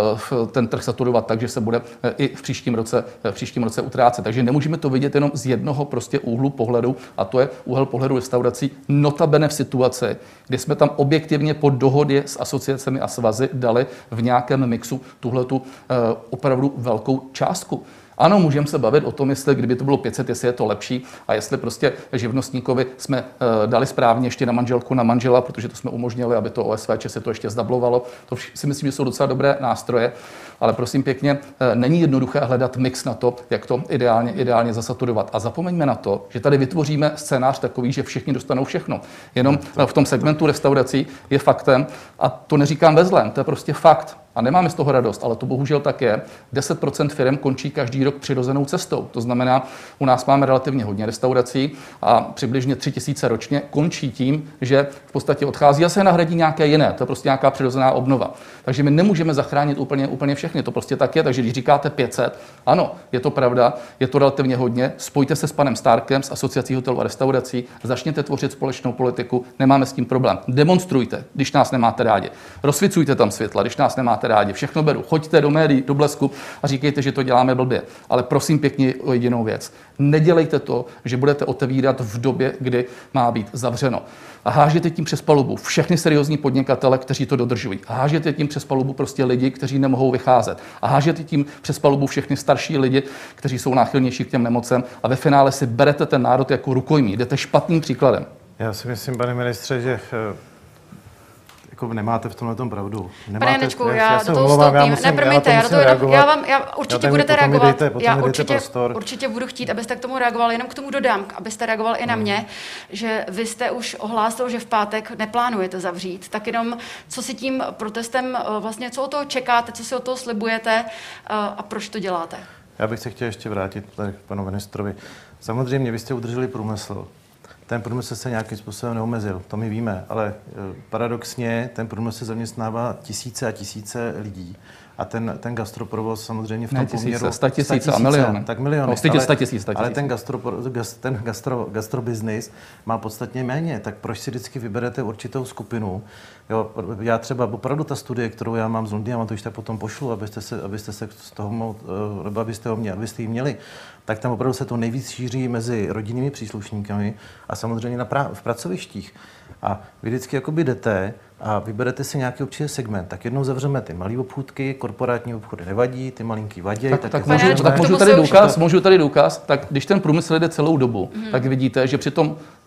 ten trh saturovat tak, že se bude i v příštím roce utrácet. Takže nemůžeme to vidět jenom z jednoho prostě úhlu pohledu, a to je úhel pohledu restaurací, notabene v situaci, kdy jsme tam objektivně po dohodě s asociacemi a svazy dali v nějakém mixu tuhletu opravdu velkou částku. Ano, můžeme se bavit o tom, jestli kdyby to bylo 500, jestli je to lepší a jestli prostě živnostníkovi jsme dali správně ještě na manželku, na manžela, protože to jsme umožnili, aby to OSVČ se to ještě zdablovalo. To si myslím, že jsou docela dobré nástroje, ale prosím pěkně, není jednoduché hledat mix na to, jak to ideálně zasaturovat. A zapomeňme na to, že tady vytvoříme scénář takový, že všichni dostanou všechno. Jenom v tom segmentu restaurací je faktem, a to neříkám ve zlém, to je prostě fakt. A nemáme z toho radost, ale to bohužel tak je. 10% firm končí každý rok přirozenou cestou. To znamená, u nás máme relativně hodně restaurací a přibližně 3 000 ročně končí tím, že v podstatě odchází a se nahradí nějaké jiné. To je prostě nějaká přirozená obnova. Takže my nemůžeme zachránit úplně všechny. To prostě tak je. Takže když říkáte 500, ano, je to pravda, je to relativně hodně. Spojte se s panem Starkem z Asociací hotelů a restaurací, začněte tvořit společnou politiku, nemáme s tím problém. Demonstrujte, když nás nemáte rádi. Rozsvicujte tam světla, když nás nemáte rádi. Všechno beru. Choďte do médií, do Blesku a říkejte, že to děláme blbě. Ale prosím pěkně o jedinou věc. Nedělejte to, že budete otevírat v době, kdy má být zavřeno. A hážete tím přes palubu všechny seriózní podnikatele, kteří to dodržují. A hážete tím přes palubu prostě lidi, kteří nemohou vycházet. A hážete tím přes palubu všechny starší lidi, kteří jsou náchylnější k těm nemocem. A ve finále si berete ten národ jako rukojmí. Jdete špatným příkladem. Já si myslím, pane ministře, že nemáte v tomhle tom pravdu. Pane Janečku, já do toho vstoupím. Nepromiňte, já určitě budete reagovat. Určitě budu chtít, abyste k tomu reagoval. Jenom k tomu dodám, abyste reagoval i na mě, že vy jste už ohlásil, že v pátek neplánujete zavřít. Tak jenom, co si tím protestem vlastně, co od toho čekáte, co si od toho slibujete a proč to děláte? Já bych se chtěl ještě vrátit k panu ministrovi. Samozřejmě, vy jste udrželi průmysl. Ten průmysl se nějakým způsobem neomezil, to my víme, ale paradoxně ten průmysl zaměstnává tisíce a tisíce lidí. A ten gastroprovoz samozřejmě v tom poměru... 100 000 a miliony. Tak miliony. No, 100 000. Ale ten gastrobiznis má podstatně méně. Tak proč si vždycky vyberete určitou skupinu? Jo, já třeba opravdu ta studie, kterou já mám z Londýna, vám to už tak potom pošlu, abyste se z toho abyste ji měli, tak tam opravdu se to nejvíc šíří mezi rodinnými příslušníky a samozřejmě v pracovištích. A vy vždycky jakoby jdete a vyberete si nějaký určitý segment, tak jednou zavřeme ty malé obchůdky, korporátní obchody nevadí, ty malinký vadí. Můžu tady důkaz, tak když ten průmysl jde celou dobu, tak vidíte, že při tom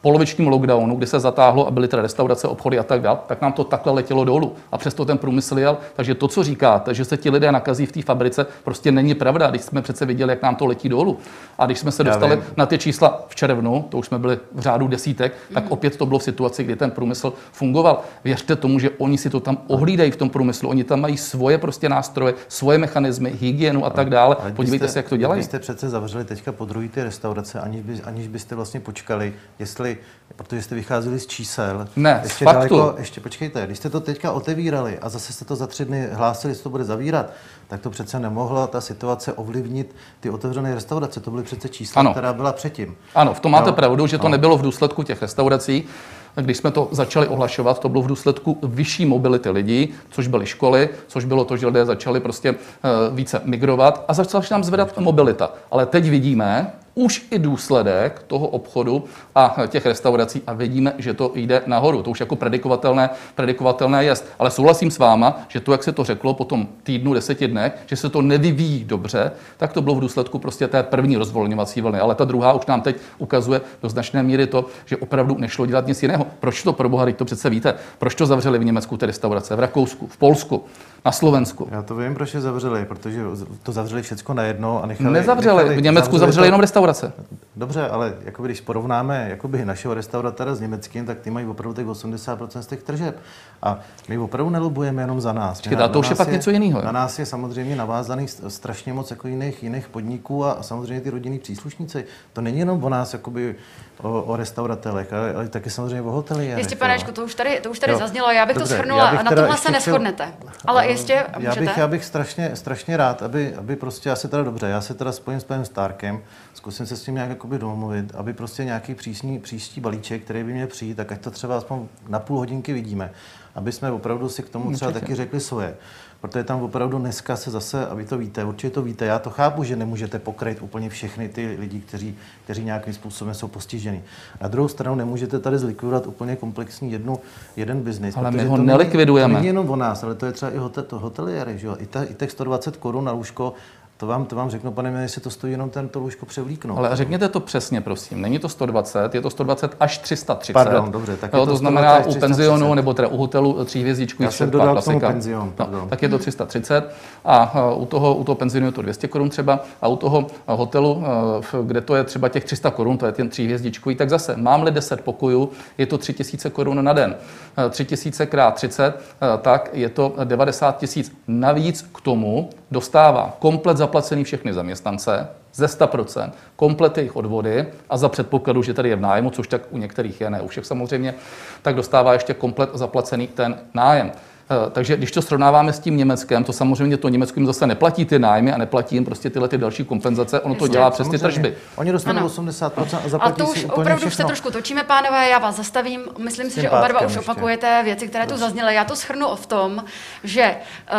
polovičním lockdownu, kdy se zatáhlo a byly tedy restaurace, obchody a tak dále, tak nám to takhle letělo dolů. A přesto ten průmysl jel. Takže to, co říkáte, že se ti lidé nakazí v té fabrice, prostě není pravda. Když jsme přece viděli, jak nám to letí dolů. A když jsme se dostali na ty čísla v červnu, to už jsme byli v řádu desítek, tak opět to bylo v situaci, kdy ten průmysl fungoval. Věřte tomu, že oni si to tam ohlídají v tom průmyslu. Oni tam mají svoje prostě nástroje, svoje mechanismy, hygienu a tak dále. Podívejte se, jak to dělají. Vy jste přece zavřeli teďka po druhý ty restaurace, aniž byste vlastně počkali, jestli, protože jste vycházeli z čísel. Ne, ještě z faktu. daleko, ještě počkejte, když jste to teďka otevírali a zase jste to za 3 dny hlásili, že to bude zavírat, tak to přece nemohla ta situace ovlivnit ty otevřené restaurace. To byly přece čísla, ano, která byla předtím. Ano, v tom máte pravdu, že to nebylo v důsledku těch restaurací. Když jsme to začali ohlašovat, to bylo v důsledku vyšší mobility lidí, což byly školy, což bylo to, že lidé začali prostě více migrovat a začala se nám zvedat mobilita. Ale teď vidíme už i důsledek toho obchodu a těch restaurací a vidíme, že to jde nahoru. To už jako predikovatelné jest. Ale souhlasím s váma, že to, jak se to řeklo po tom týdnu, 10 dnech, že se to nevyvíjí dobře, tak to bylo v důsledku prostě té první rozvolňovací vlny. Ale ta druhá už nám teď ukazuje do značné míry to, že opravdu nešlo dělat nic jiného. Proč to pro boha, teď to přece víte? Proč to zavřeli v Německu ty restaurace, v Rakousku, v Polsku, na Slovensku? Já to vím, proč je zavřeli, protože to zavřeli všechno najednou a nechali. Nezavřeli, v Německu zavřeli jenom restaurace. Dobře, ale jakoby, když porovnáme jakoby našeho restauratéra s německým, tak ty mají opravdu těch 80% z těch tržeb. A my opravdu nelobujeme jenom za nás. Počkejte, to už je pak něco jiného. Na nás je samozřejmě navázaný strašně moc jako jiných podniků a samozřejmě ty rodinní příslušníci. To není jenom o nás, jakoby o restauratélech, ale taky samozřejmě o hoteliérech. Ještě, panečku, to už tady zaznělo, já bych to shrnula a na tomhle se neshodnete. Ale ještě můžete? Já bych strašně rád, aby prostě, já se teda spojím s panem Stárkem, zkusím se s tím nějak jakoby domluvit, aby prostě nějaký příští balíček, který by měl přijít, tak ať to třeba aspoň na půl hodinky vidíme, aby jsme opravdu si k tomu třeba taky řekli svoje. Protože tam opravdu dneska se zase, a vy to víte, určitě to víte, já to chápu, že nemůžete pokryt úplně všechny ty lidi, kteří nějakým způsobem jsou postiženi. Na druhou stranu nemůžete tady zlikvidovat úplně komplexní jeden biznis. Ale my ho nelikvidujeme. To není jenom o nás, ale to je třeba i hoteliéry, že jo? I těch 120 korun na lůžko, to vám řeknu, pane ministře, to stojí jenom to lůžko převlíknout. Ale řekněte to přesně, prosím. Není to 120, je to 120 až 330. Pardon, dobře. Tak to znamená u penzionu nebo teda u hotelu 3hvězdičkový. Já jsem dodal k tomu penzion, tak je to 330 a u toho penzionu je to 200 korun třeba a u toho hotelu, kde to je třeba těch 300 korun, to je ten 3hvězdičkový, tak zase mám-li 10 pokojů, je to 3000 korun na den. 3000 krát 30, tak je to 90 000. Navíc k tomu dostává komplet zaplacený všechny zaměstnance ze 100%, komplet jejich odvody a za předpokladu, že tady je v nájmu, což tak u některých je, ne u všech samozřejmě, tak dostává ještě komplet zaplacený ten nájem. Takže když to srovnáváme s tím Německem, to samozřejmě to Německo jim zase neplatí ty nájmy a neplatí jim prostě tyhle ty další kompenzace, ono to dělá přes ty tržby. Oni dostanou 80% a zaplatí to už si úplně opravdu všechno. se trošku točíme, pánové, já vás zastavím. Myslím si, že oba dva už opakujete věci, které tu zazněly. Já to shrnu v tom, že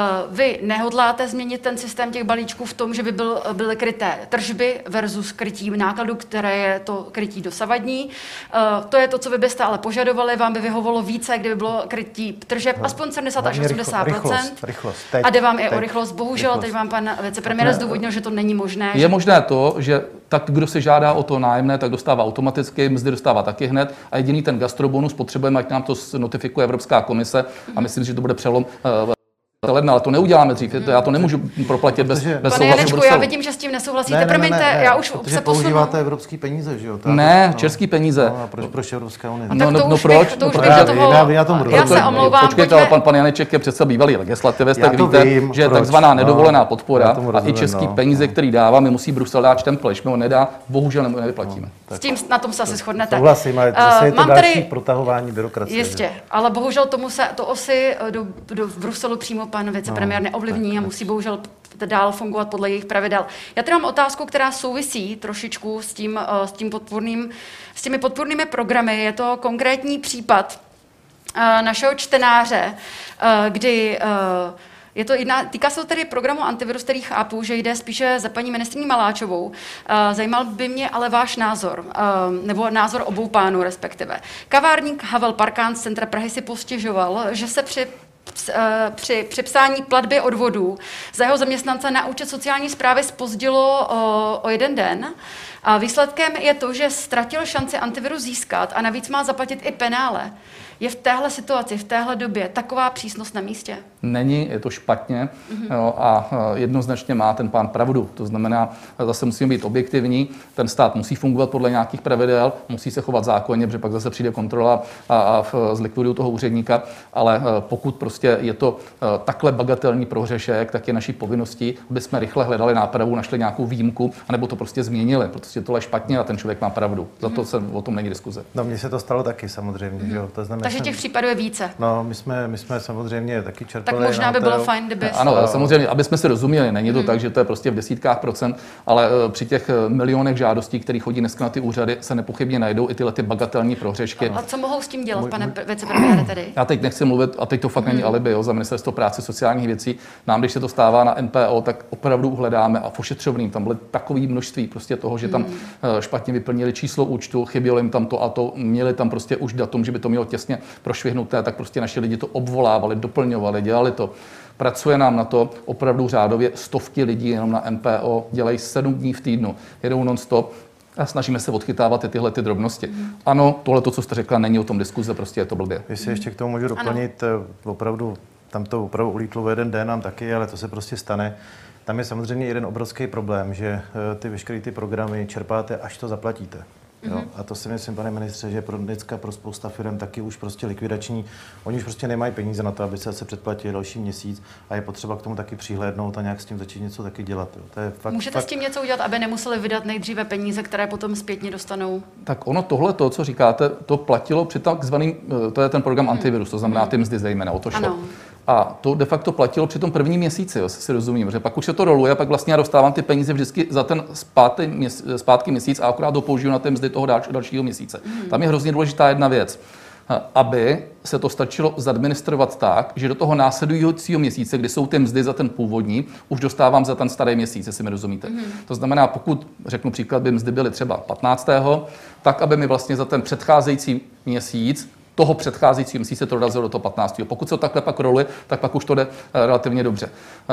vy nehodláte změnit ten systém těch balíčků v tom, že by byly kryté tržby versus krytí nákladů, které je to krytí dosavadní. To je to, co vy byste ale požadovali, vám by vyhovovalo více, kdyby bylo krytí tržeb aspoň 70 až 80%. Rychlost. A jde vám i o rychlost. Bohužel, teď vám pan vicepremiér zdůvodnil, že to není možné. Je možné to, že tak, kdo si žádá o to nájemné, tak dostává automaticky, mzdy dostává taky hned a jediný ten gastrobonus potřebujeme, ať nám to notifikuje Evropská komise a myslím, že to bude přelom ledna, ale to neuděláme dřív, já to nemůžu proplatit bez souhlasu Janečku, Bruselu. Já vidím, že s tím nesouhlasíte. Promiňte, já už se posunu. Používáte evropský peníze, že jo? Český peníze. No, a proč Evropská unie? Proč? Já se omlouvám. Počkejte, ale pan Janeček je přece bývalý legislativec, tak víte, že je takzvaná nedovolená podpora a i český peníze, který dává, mi musí Brusel dát štempel, když my ho nedá, bohužel nevyplatíme. S tím na tom se asi shodnete. Souhlasím, ale zase je to další protahování byrokracie. Jistě, ale bohužel to asi do Bruselu přímo pan vicepremiér neovlivní a musí bohužel dál fungovat podle jejich pravidel. Já tady mám otázku, která souvisí trošičku s těmi podpůrnými programy. Je to konkrétní případ našeho čtenáře, kdy týká se to tedy programu Antivirus, který chápu, že jde spíše za paní ministryní Maláčovou. Zajímal by mě ale váš názor, nebo názor obou pánů respektive. Kavárník Havel Parkán z centra Prahy si postěžoval, že se při připsání platby odvodů za jeho zaměstnance na účet sociální správy zpozdilo o 1 den A výsledkem je to, že ztratil šanci antivirus získat a navíc má zaplatit i penále. Je v téhle situaci, v téhle době taková přísnost na místě? Není, je to špatně jo, a jednoznačně má ten pán pravdu. To znamená, zase musíme být objektivní, ten stát musí fungovat podle nějakých pravidel, musí se chovat zákonně, protože pak zase přijde kontrola a zlikvidují toho úředníka, ale pokud prostě je to takhle bagatelní prohřešek, tak je naší povinností, aby jsme rychle hledali nápravu, našli nějakou výjimku, anebo to prostě změnili, protože tohle je špatně a ten člověk má pravdu. Za to se o tom není diskuze. No, mně se to stalo taky samozřejmě, že jo. To znamená, Takže těch případů je více. No, my jsme samozřejmě taky čerpali. Tak možná by bylo fajn, kdyby... Ano, samozřejmě, aby jsme si rozuměli, není to tak, že to je prostě v desítkách procent, ale při těch milionech žádostí, které chodí dneska na ty úřady, se nepochybně najdou i tyhle ty bagatelní prohřešky. A co mohou s tím dělat, pane vicepremiére, tedy? Já teď nechci mluvit, a teď to fakt není alibi, jo, za Ministerstvo práce sociálních věcí. Nám, když se to stává na MPO, tak opravdu uhledáme a v ošetřovným tam byly takové množství prostě toho, že tam špatně vyplnili číslo účtu, chybělo jim tam to a to, měli tam prostě už datum, že by to mělo těsně prošvihnuté, tak prostě naši lidi to obvolávali, doplňovali, dělali to. Pracuje nám na to opravdu řádově stovky lidí jenom na MPO, dělají 7 dní v týdnu, jedou non-stop a snažíme se odchytávat i tyhle ty drobnosti. Ano, tohle, co jste řekla, není o tom diskuze, prostě je to blbě. Jestli ještě k tomu můžu doplnit, opravdu, tam to opravdu ulítlo v jeden den nám taky, ale to se prostě stane. Tam je samozřejmě jeden obrovský problém, že ty veškeré ty programy čerpáte, až to zaplatíte. Jo? A to si myslím, pane ministře, že pro spousta firm taky už prostě likvidační. Oni už prostě nemají peníze na to, aby se zase předplatili další měsíc a je potřeba k tomu taky přihlédnout a nějak s tím začít něco taky dělat. Jo? To je Můžete s tím něco udělat, aby nemuseli vydat nejdříve peníze, které potom zpětně dostanou? Tak ono tohle, to, co říkáte, to platilo při takzvaným, to je ten program antivirus, to znamená ty mzdy zejména, o to šlo. Ano. A to de facto platilo při tom prvním měsíci, jo, si rozumím, že pak už se to roluje a pak vlastně já dostávám ty peníze vždycky za ten zpátky měsíc a akorát to použiju na ty mzdy toho dalšího měsíce. Tam je hrozně důležitá jedna věc, aby se to stačilo zadministrovat tak, že do toho následujícího měsíce, kdy jsou ty mzdy za ten původní, už dostávám za ten starý měsíc, jestli mi rozumíte. To znamená, pokud, řeknu příklad, by mzdy byly třeba 15., tak aby mi vlastně za ten předcházející měsíc toho předcházejícího měsíce to dorazilo do toho 15. Pokud se to takhle pak roluje, tak pak už to jde relativně dobře.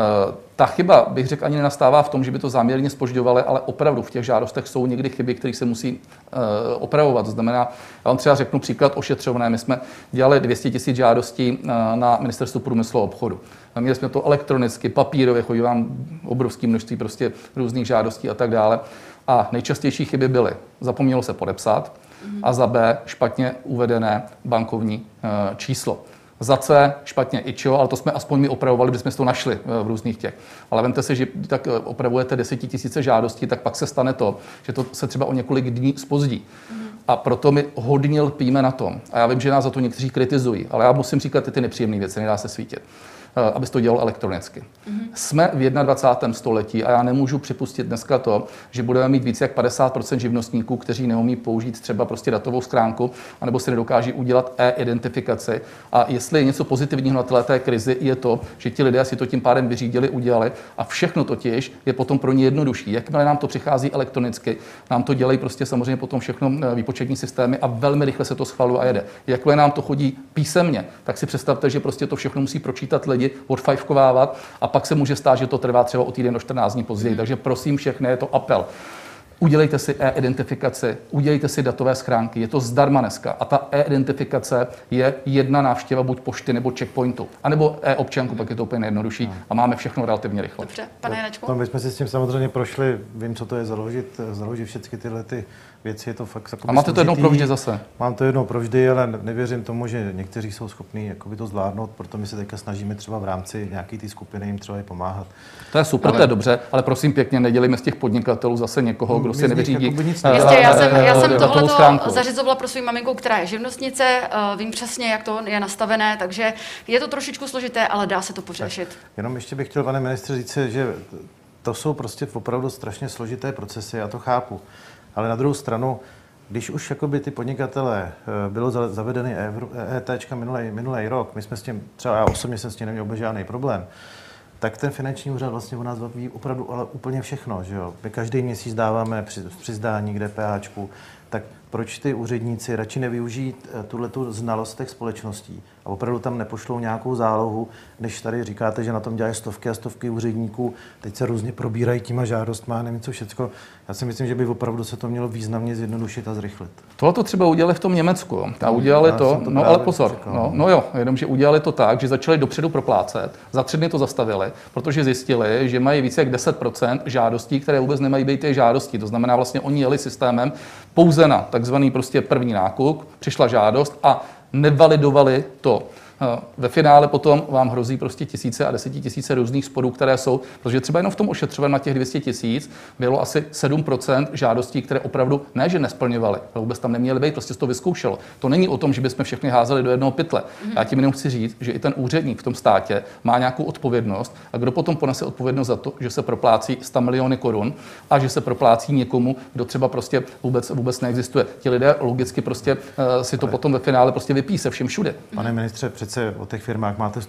Ta chyba, bych řekl, ani nenastává v tom, že by to záměrně zpožďovali, ale opravdu v těch žádostech jsou někdy chyby, které se musí opravovat. To znamená, já vám třeba řeknu příklad ošetřovné. My jsme dělali 200 000 žádostí na Ministerstvu průmyslu a obchodu. Měli jsme to elektronicky, papírově, chodí vám obrovské množství prostě různých žádostí a tak dále. A nejčastější chyby byly: zapomnělo se podepsat, a za B špatně uvedené bankovní číslo. Za C špatně IČO, ale to jsme aspoň my opravovali, protože jsme to našli v různých těch. Ale vemte si, že tak opravujete 10 000 žádostí, tak pak se stane to, že to se třeba o několik dní zpozdí. A proto my hodně lpíme na tom. A já vím, že nás za to někteří kritizují, ale já musím říkat ty nepříjemné věci, nedá se svítit, aby se to dělalo elektronicky. Jsme v 21. století a já nemůžu připustit dneska to, že budeme mít více jak 50% živnostníků, kteří neumí použít třeba prostě datovou schránku, anebo si nedokáží udělat e-identifikaci. A jestli je něco pozitivního na této krizi, je to, že ti lidé si to tím pádem vyřídili, udělali a všechno totiž je potom pro ně jednodušší. Jakmile nám to přichází elektronicky, nám to dělají prostě samozřejmě potom všechno výpočetní systémy a velmi rychle se to schvaluje a jede. Jakmile nám to chodí písemně, tak si představte, že prostě to všechno musí pročítat lidi, odfajfkovávat a pak se může stát, že to trvá třeba o týden do 14 dní později. Takže prosím všechny, je to apel. Udělejte si e-identifikaci, udělejte si datové schránky, je to zdarma dneska. A ta e-identifikace je jedna návštěva buď pošty nebo checkpointu, anebo e-občanku, pak je to úplně nejjednodušší a máme všechno relativně rychle. Dobře, pane Janečku? No, my jsme si s tím samozřejmě prošli, vím, co to je založit všechny tyhle ty věci, je to fakt a máte to jednou provždy zase? Mám to jednou provždy, ale nevěřím tomu, že někteří jsou schopní to zvládnout, proto my se teďka snažíme třeba v rámci nějaké té skupiny jim třeba i pomáhat. To je super, to je dobře, ale prosím pěkně, nedělejme z těch podnikatelů zase někoho, kdo si nevyřídí. Jistě, já jsem tohleto zařizovala pro svou maminku, která je živnostnice, vím přesně, jak to je nastavené, takže je to trošičku složité, ale dá se to pořešit. Jenom ještě bych chtěl, pane ministře, říct, že to jsou prostě opravdu strašně složité procesy, já to chápu. Ale na druhou stranu, když už jakoby ty podnikatelé bylo zavedeny EETčka minulý rok, my jsme s tím, třeba já osobně jsem s tím neměl vůbec žádný problém, tak ten finanční úřad vlastně u nás ví opravdu ale úplně všechno, že jo. My každý měsíc dáváme přizdání k DPHčku, tak proč ty úředníci radši nevyužijí tuhletu znalost těch společností a opravdu tam nepošlou nějakou zálohu, než tady říkáte, že na tom dělají stovky a stovky úředníků, teď se různě probírají těma žádostma, nevím co všecko. Já si myslím, že by opravdu se to mělo významně zjednodušit a zrychlit. Tohle to třeba udělali v tom Německu. A udělali to, no ale pozor, no jo, jenomže udělali to tak, že začali dopředu proplácet, za 3 dny to zastavili, protože zjistili, že mají více jak 10% žádostí, které vůbec nemají být těch žádostí. To znamená, vlastně oni jeli systémem pouze na takzvaný prostě první nákup, přišla žádost a nevalidovali to. Ve finále potom vám hrozí prostě tisíce a desetitisíce různých sporů, které jsou, protože třeba jenom v tom ošetřovém na těch 200 000 bylo asi 7% žádostí, které opravdu ne, že nesplňovaly, ale vůbec tam neměly být, prostě to vyzkoušelo. To není o tom, že bychom všechny házeli do jednoho pytle. Já tím jenom chci říct, že i ten úředník v tom státě má nějakou odpovědnost a kdo potom ponese odpovědnost za to, že se proplácí 100 miliony korun a že se proplácí někomu, kdo třeba prostě vůbec neexistuje. Ti lidé logicky prostě si to potom ve finále prostě vypíjí se všem všude. Pane ministře, přece o těch firmách máte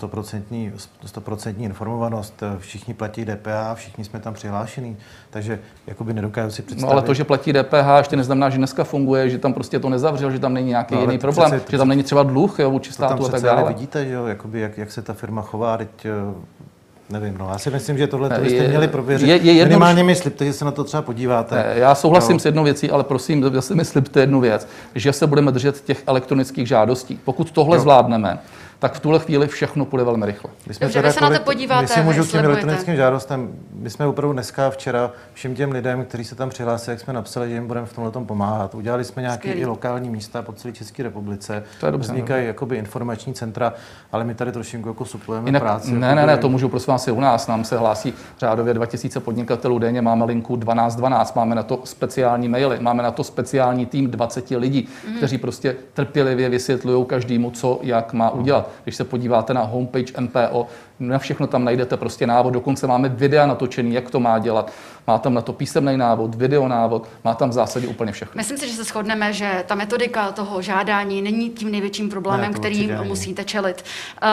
100% informovanost, všichni platí DPH, všichni jsme tam přihlášení, takže jakoby nedokážu si představit. No ale to, že platí DPH, ještě neznamená, že dneska funguje, že tam prostě to nezavřel, že tam není nějaký jiný problém, že tam není třeba dluh vůči státu a tak dále. Ale vidíte, že jo, jakoby jak se ta firma chová, teď nevím, no já si myslím, že tohle byste měli prověřit. Minimálně mi slibte, že se na to třeba podíváte. Já souhlasím s jednou věcí, ale prosím, zase mi slibte jednu věc, že se budeme držet těch elektronických žádostí. Pokud tohle zvládneme, tak v tuhle chvíli všechno půjde velmi rychle. Dobře, vy se na to podíváte, my si můžu k těm elektronickým žádostem. My jsme opravdu dneska včera všem těm lidem, kteří se tam přihlásili, jak jsme napsali, že jim budeme v tomhle pomáhat. Udělali jsme nějaké i lokální místa po celé České republice. Vznikají jakoby informační centra, ale my tady trošku jako suplujeme práci. Ne, to můžu prosím vás i u nás. Nám se hlásí řádově 2000 podnikatelů denně, máme linku 1212, máme na to speciální maily, máme na to speciální tým 20 lidí, kteří prostě trpělivě vysvětlují každému, co jak má udělat. Když se podíváte na homepage MPO, na všechno tam najdete prostě návod, dokonce máme videa natočený, jak to má dělat. Má tam na to písemný návod, videonávod, má tam v zásadě úplně všechno. Myslím si, že se shodneme, že ta metodika toho žádání není tím největším problémem, který musíte čelit.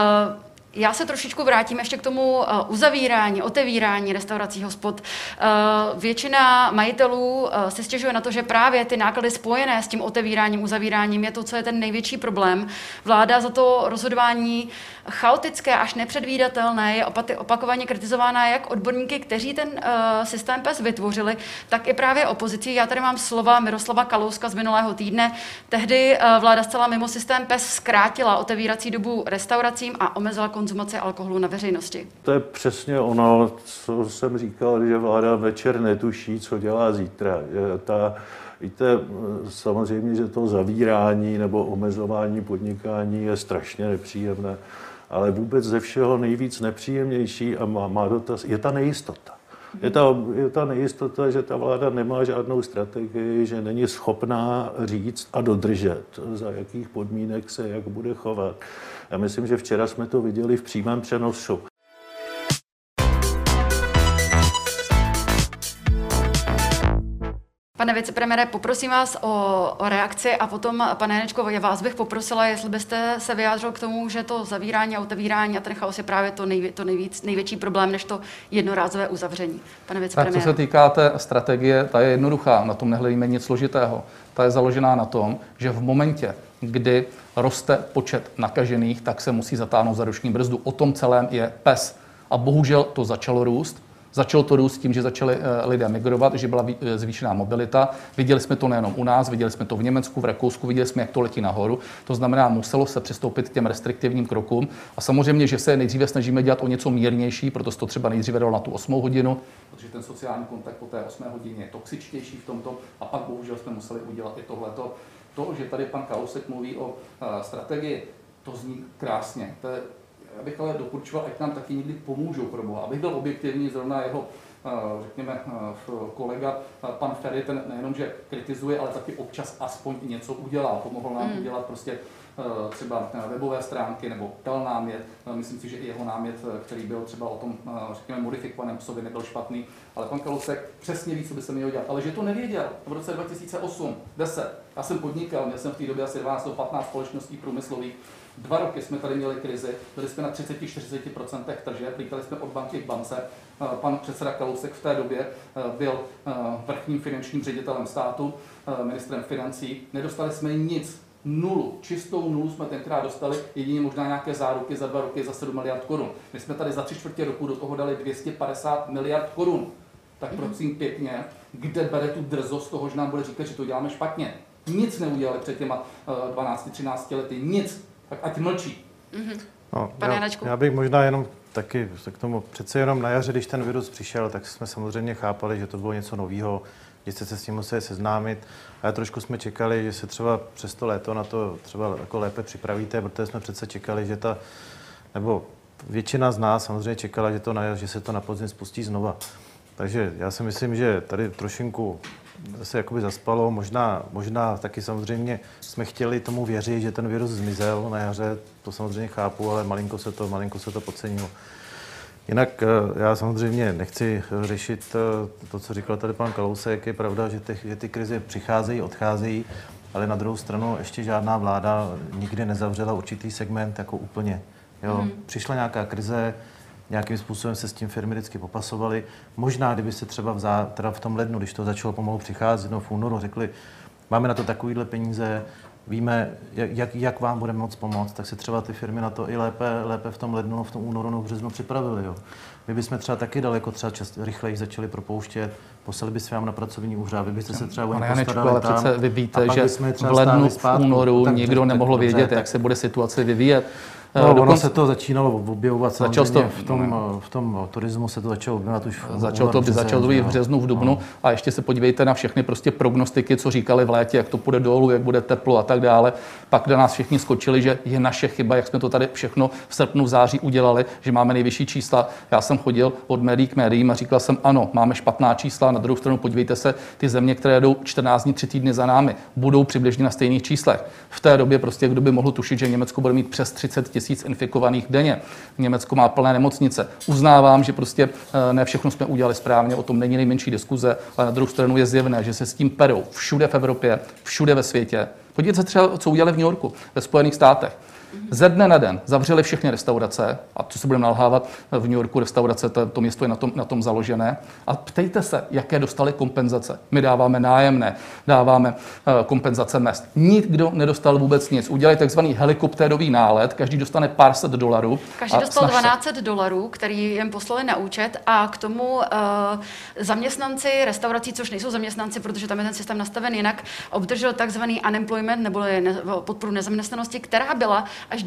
Já se trošičku vrátím ještě k tomu uzavírání, otevírání restaurací, hospod. Většina majitelů si stěžuje na to, že právě ty náklady spojené s tím otevíráním, uzavíráním je to, co je ten největší problém. Vláda za to rozhodování chaotické až nepředvídatelné je opakovaně kritizována jak odborníky, kteří ten systém PES vytvořili, tak i právě opozicí. Já tady mám slova Miroslava Kalouska z minulého týdne. Tehdy vláda zcela mimo systém PES zkrátila otevírací dobu restauracím a omezila konzumaci alkoholu na veřejnosti. To je přesně ono, co jsem říkal, že vláda večer netuší, co dělá zítra. Víte, samozřejmě, že to zavírání nebo omezování podnikání je strašně nepříjemné, ale vůbec ze všeho nejvíc nepříjemnější a má dotaz, je ta nejistota. Je ta nejistota, že ta vláda nemá žádnou strategii, že není schopná říct a dodržet, za jakých podmínek se jak bude chovat. Já myslím, že včera jsme to viděli v přímém přenosu. Pane vicepremiére, poprosím vás o reakci a potom, pane Janečko, vás bych poprosila, jestli byste se vyjádřil k tomu, že to zavírání a otevírání a ten chaos je právě to největší problém, než to jednorázové uzavření. Pane vicepremiére. Tak co se týká té strategie, ta je jednoduchá, na tom nehledíme nic složitého. Ta je založená na tom, že v momentě, kdy roste počet nakažených, tak se musí zatáhnout za ruční brzdu. O tom celém je PES. A bohužel to začalo růst. Začalo to růst tím, že začali lidé migrovat, že byla zvýšená mobilita. Viděli jsme to nejenom u nás, viděli jsme to v Německu, v Rakousku, viděli jsme, jak to letí nahoru. To znamená, muselo se přistoupit k těm restriktivním krokům. A samozřejmě, že se nejdříve snažíme dělat o něco mírnější, proto se to třeba nejdříve dalo na tu 8 hodinu, protože ten sociální kontakt po té 8 hodině je toxičtější v tomto. A pak bohužel jsme museli udělat i tohleto. To, že tady pan Kalousek mluví o strategii, to zní krásně. Já bych ale doporučoval, ať nám taky někdy pomůžou pro Boha. Abych byl objektivní, zrovna jeho, řekněme, kolega, pan Ferry, ten nejenom, že kritizuje, ale taky občas aspoň něco udělá. Pomohl nám udělat prostě třeba webové stránky nebo dal námět. Myslím si, že i jeho námět, který byl třeba o tom, řekněme, modifikovaném psovi, nebyl špatný. Ale pan Kalousek přesně ví, co by se mělo dělat. Ale že to nevěděl v roce 2008, 10. Já jsem podnikal, měl jsem v té době asi 12 15 společností průmyslových. 2 roky jsme tady měli krizi, byli jsme na 30-40% tržeb, lítali jsme od banky k bance. Pan předseda Kalousek v té době byl vrchním finančním ředitelem státu, ministrem financí. Nedostali jsme nic. Nulu, čistou nulu jsme tenkrát dostali, jedině možná nějaké záruky za 2 roky za 7 miliard korun. My jsme tady za 3/4 roku do toho dali 250 miliard korun. Tak prosím pěkně, kde bere tu drzost toho, že nám bude říkat, že to děláme špatně. Nic neudělali před těma 12-13 lety, nic. Tak ať mlčí. No, Pane Janečku. já bych možná jenom taky se k tomu, přece jenom na jaře, když ten virus přišel, tak jsme samozřejmě chápali, že to bylo něco nového, že jste se s tím museli seznámit. A trošku jsme čekali, že se třeba přes to léto na to třeba jako lépe připravíte, protože jsme přece čekali, že nebo většina z nás samozřejmě čekala, že se to na podzim spustí znova. Takže já si myslím, že tady trošinku se jakoby zaspalo, možná taky samozřejmě jsme chtěli tomu věřit, že ten virus zmizel na jaře, to samozřejmě chápu, ale malinko se to podcenilo. Jinak já samozřejmě nechci řešit to, co říkal tady pan Kalousek. Je pravda, že ty krize přicházejí, odcházejí, ale na druhou stranu ještě žádná vláda nikdy nezavřela určitý segment jako úplně. Jo? Přišla nějaká krize, nějakým způsobem se s tím firmy vždycky popasovaly. Možná, kdyby se třeba v tom lednu, když to začalo pomalu přicházet, v únoru řekli, máme na to takovýhle peníze, víme, jak vám budeme moct pomoct, tak se třeba ty firmy na to i lépe v tom lednu, v tom únoru nebo v březnu připravili. Jo. My bychom třeba taky daleko rychleji začali propouštět, poslali bychom vám na pracovní úřad, vy byste se třeba o ně postarali ale tam. Přece vy víte, že v lednu, v únoru nikdo nemohl vědět, jak se bude situace vyvíjet. No, ono se to začínalo objevovat samozřejmě v tom turismu se to začalo objevovat už Začalo to být v březnu, v dubnu a ještě se podívejte na všechny prostě prognostiky, co říkali v létě, jak to půjde dolů, jak bude teplo a tak dále. Pak do nás všichni skočili, že je naše chyba, jak jsme to tady všechno v srpnu, v září udělali, že máme nejvyšší čísla. Já jsem chodil od médií k médiím a říkal jsem, ano, máme špatná čísla, na druhou stranu podívejte se, ty země, které jdou 14 dní, 3 týdny za námi, budou přibližně na stejných číslech. V té době prostě kdo by mohl tušit, že Německo bude mít přes 30 000 infikovaných denně. Německo má plné nemocnice. Uznávám, že prostě ne všechno jsme udělali správně, o tom není nejmenší diskuze, ale na druhou stranu je zjevné, že se s tím perou všude v Evropě, všude ve světě. Podívejte se třeba, co udělali v New Yorku, ve Spojených státech. Ze dne na den zavřeli všechny restaurace, a co se budeme nalhávat, v New Yorku restaurace, to město je na tom založené. A ptejte se, jaké dostali kompenzace. My dáváme nájemné, dáváme kompenzace mezd. Nikdo nedostal vůbec nic. Udělali takzvaný helikoptérový nálet, každý dostane pár set $. Každý dostal $1200, který jim poslali na účet a k tomu zaměstnanci restaurací, což nejsou zaměstnanci, protože tam je ten systém nastaven jinak, obdržel takzvaný unemployment nebo podporu nezaměstnanosti, která byla až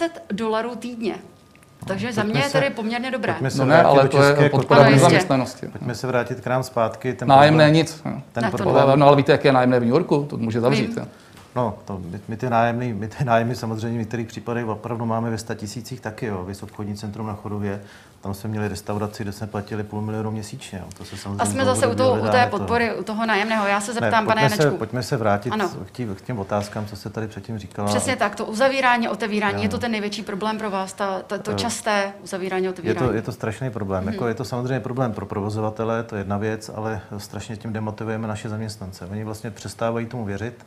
$900 týdně. Takže za mě je tady poměrně dobré. No ne, ale to je podpora nezaměstnanosti. Pojďme se vrátit k nám zpátky. Nájemné nic. Problém. Ale víte, jaké je nájemné v New Yorku? To může zavřít. No, my ty nájmy samozřejmě v některých případech opravdu máme ve 100 000 taky, jo. Vys obchodní centrum na Chodově, tam jsme měli restauraci, kde jsme platili $500 000 měsíčně. Jo. To se samozřejmě a jsme zase u té podpory, u toho nájemného. Já se zeptám, pane Janečku. Pojďme se vrátit k těm otázkám, co jste tady předtím říkala. Přesně tak, to uzavírání, otevírání, je to ten největší problém pro vás, to časté uzavírání, otevírání. Je to strašný problém. Jako je to samozřejmě problém pro provozovatele, to je jedna věc, ale strašně tím demotivujeme naše zaměstnance. Oni vlastně přestávají tomu věřit.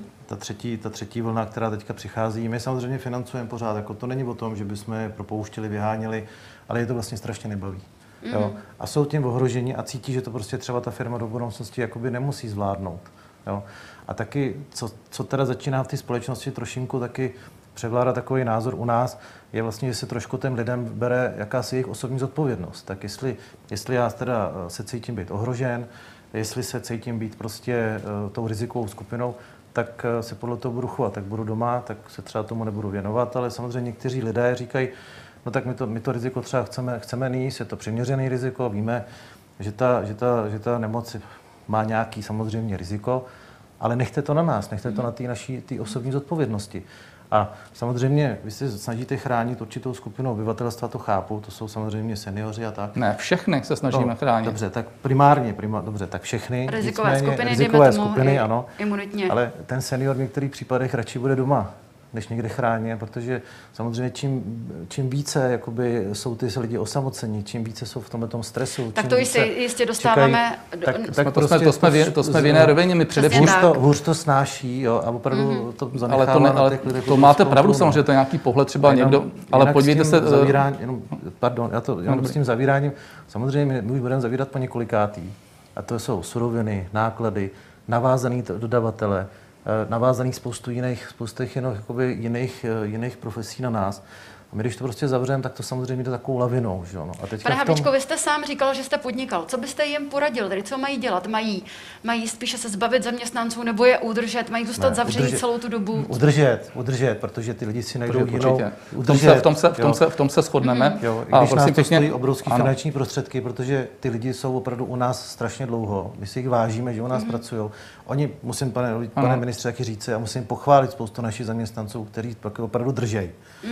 Ta třetí vlna, která teďka přichází, my samozřejmě financujeme pořád. Jako to není o tom, že bychom je propouštěli, vyháněli, ale je to vlastně strašně nebaví. Jo? A jsou tím ohroženi a cítí, že to prostě třeba ta firma do budoucnosti jakoby nemusí zvládnout. Jo? A taky, co teda začíná v té společnosti trošinku taky převládá takový názor u nás, je vlastně, že se trošku těm lidem bere jakási jejich osobní zodpovědnost. Tak jestli já teda se cítím být ohrožen, jestli se cítím být prostě tou rizikovou skupinou, tak se podle toho budu chovat, tak budu doma, tak se třeba tomu nebudu věnovat, ale samozřejmě někteří lidé říkají, no tak my to riziko třeba chceme níst, je to přiměřený riziko, víme, že ta nemoc má nějaký samozřejmě riziko, ale nechte to na nás, nechte to na té naší osobní zodpovědnosti. A samozřejmě vy se snažíte chránit určitou skupinu obyvatelstva, to chápu, to jsou samozřejmě seniori a tak. Ne, všechny se snažíme chránit. Dobře, tak primárně, tak všechny. Rizikové skupiny, ano. imunitně. Ale ten senior v některých případech radši bude doma. než někde chráněn, protože samozřejmě čím více jakoby, jsou ty lidi osamocení, čím více jsou v tomto stresu. Tak to jistě dostáváme. To jsme v jiné rovině, my především. Hůř to snáší, jo, a opravdu to zanechává na těch lidech. To máte pravdu, samozřejmě, to je nějaký pohled třeba někdo, ale podívejte se. Jenom s tím zavíráním, samozřejmě my budeme zavírat po několikátý. A to jsou suroviny, náklady, navázaný dodavatele, navázaných spoustu jiných profesí na nás. A my, když to prostě zavřeme, tak to samozřejmě jde takovou lavinou. Že? No. A Pane Havlíčku, vy jste sám říkal, že jste podnikal. Co byste jim poradil? Tedy co mají dělat? Mají spíše se zbavit zaměstnanců nebo je udržet? Mají zůstat zavření celou tu dobu? Udržet, protože ty lidi si najdou jinou. V tom se shodneme. Jo, i když nás to stojí obrovský finanční prostředky, protože ty lidi jsou opravdu u nás strašně dlouho. My si jich vážíme, že u nás pracují. Oni, musím, pane ministře, taky říct, a musím pochválit spoustu našich zaměstnanců, kteří opravdu držejí.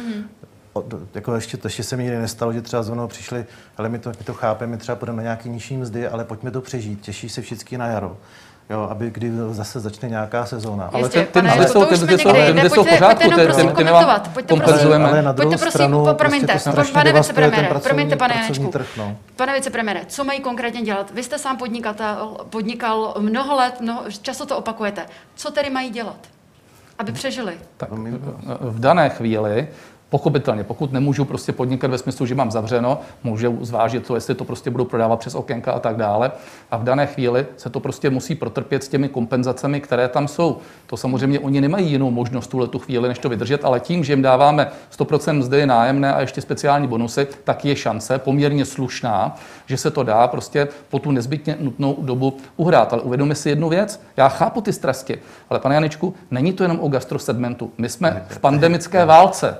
Jako ještě se mi nikdy nestalo, že třeba zvonou přišli, ale my to chápeme, my třeba půjdeme na nějaký nižší mzdy, ale pojďme to přežít, těší se všichni na jaro. Jo, aby kdy zase začne nějaká sezóna. Ale ty mzdy jsou v pořádku, ty my vám kompenzujeme. Ale na druhou stranu, promiňte, pane Janečku. Pane vicepremiére, co mají konkrétně dělat? Vy jste sám podnikal mnoho let, často to opakujete. Co tedy mají dělat, aby přežili? Tak, v dané chvíli pochopitelně, pokud nemůžu prostě podnikat ve smyslu, že mám zavřeno, můžu zvážit to, jestli to prostě budu prodávat přes okénka a tak dále. A v dané chvíli se to prostě musí protrpět s těmi kompenzacemi, které tam jsou. To samozřejmě oni nemají jinou možnost tu chvíli, než to vydržet, ale tím, že jim dáváme 100% mzdy, nájemné a ještě speciální bonusy, tak je šance poměrně slušná, že se to dá prostě po tu nezbytně nutnou dobu uhrát. Ale uvědomme si jednu věc, já chápu ty strasti, ale pane Janečku, není to jenom o gastrosegmentu. My jsme v pandemické válce.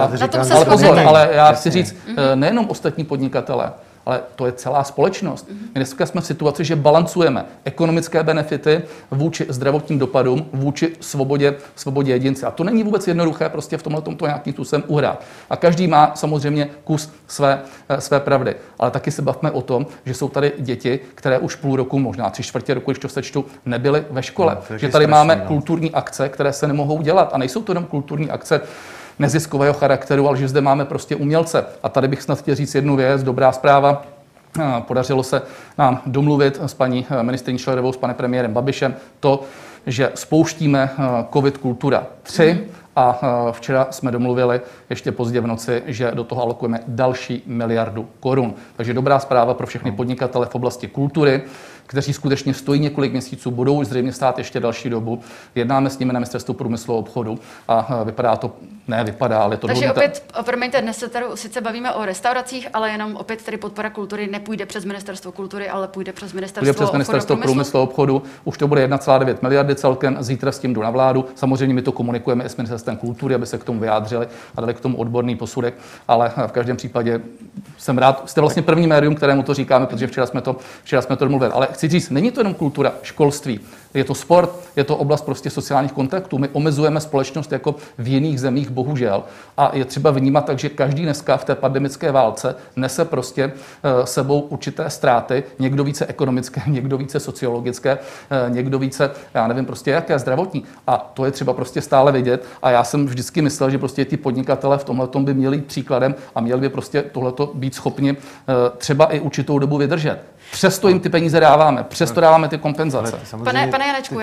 Ale já chci říct, nejenom ostatní podnikatele, ale to je celá společnost. My dneska jsme v situaci, že balancujeme ekonomické benefity vůči zdravotním dopadům, vůči svobodě jedince. A to není vůbec jednoduché prostě v tomhle tomto nějakým způsobem uhrát. A každý má samozřejmě kus své pravdy. Ale taky se bavme o tom, že jsou tady děti, které už půl roku, možná 3/4 roku, když to sečtu, nebyly ve škole. Že tady máme kulturní akce, které se nemohou dělat. A nejsou to jenom kulturní akce neziskového charakteru, ale že zde máme prostě umělce. A tady bych snad chtěl říct jednu věc, dobrá zpráva. Podařilo se nám domluvit s paní ministryní Schillerovou, s panem premiérem Babišem to, že spouštíme COVID Kultura 3 a včera jsme domluvili ještě pozdě v noci, že do toho alokujeme další 1 miliardu korun. Takže dobrá zpráva pro všechny podnikatele v oblasti kultury, kteří skutečně stojí několik měsíců, budou už zřejmě stát ještě další dobu. Jednáme s nimi na Ministerstvu průmyslu a obchodu a vypadá to, ale to takže opět, promiňte, dnes se tady sice bavíme o restauracích, ale jenom opět tedy podpora kultury nepůjde přes Ministerstvo kultury, ale půjde přes Ministerstvo průmyslu a obchodu. Už to bude 1,9 miliardy celkem, zítra s tím jdu na vládu. Samozřejmě my to komunikujeme i s Ministerstvem kultury, aby se k tomu vyjádřili a dali k tomu odborný posudek, ale v každém případě jsem rád, jste vlastně první médium, kterému to říkáme, protože včera jsme to domluvili. Ale chci říct, není to jenom kultura, školství, je to sport, je to oblast prostě sociálních kontaktů. My omezujeme společnost jako v jiných zemích, bohužel. A je třeba vnímat tak, že každý dneska v té pandemické válce nese prostě sebou určité ztráty, někdo více ekonomické, někdo více sociologické, někdo více, já nevím prostě jaké, zdravotní. A to je třeba prostě stále vidět. A já jsem vždycky myslel, že prostě ti podnikatelé v tomhletom by měli jít příkladem a měli by prostě tohleto být schopni třeba i určitou dobu vydržet. Přesto jim ty peníze dáváme, přesto dáváme ty kompenzace. Pane Janečku,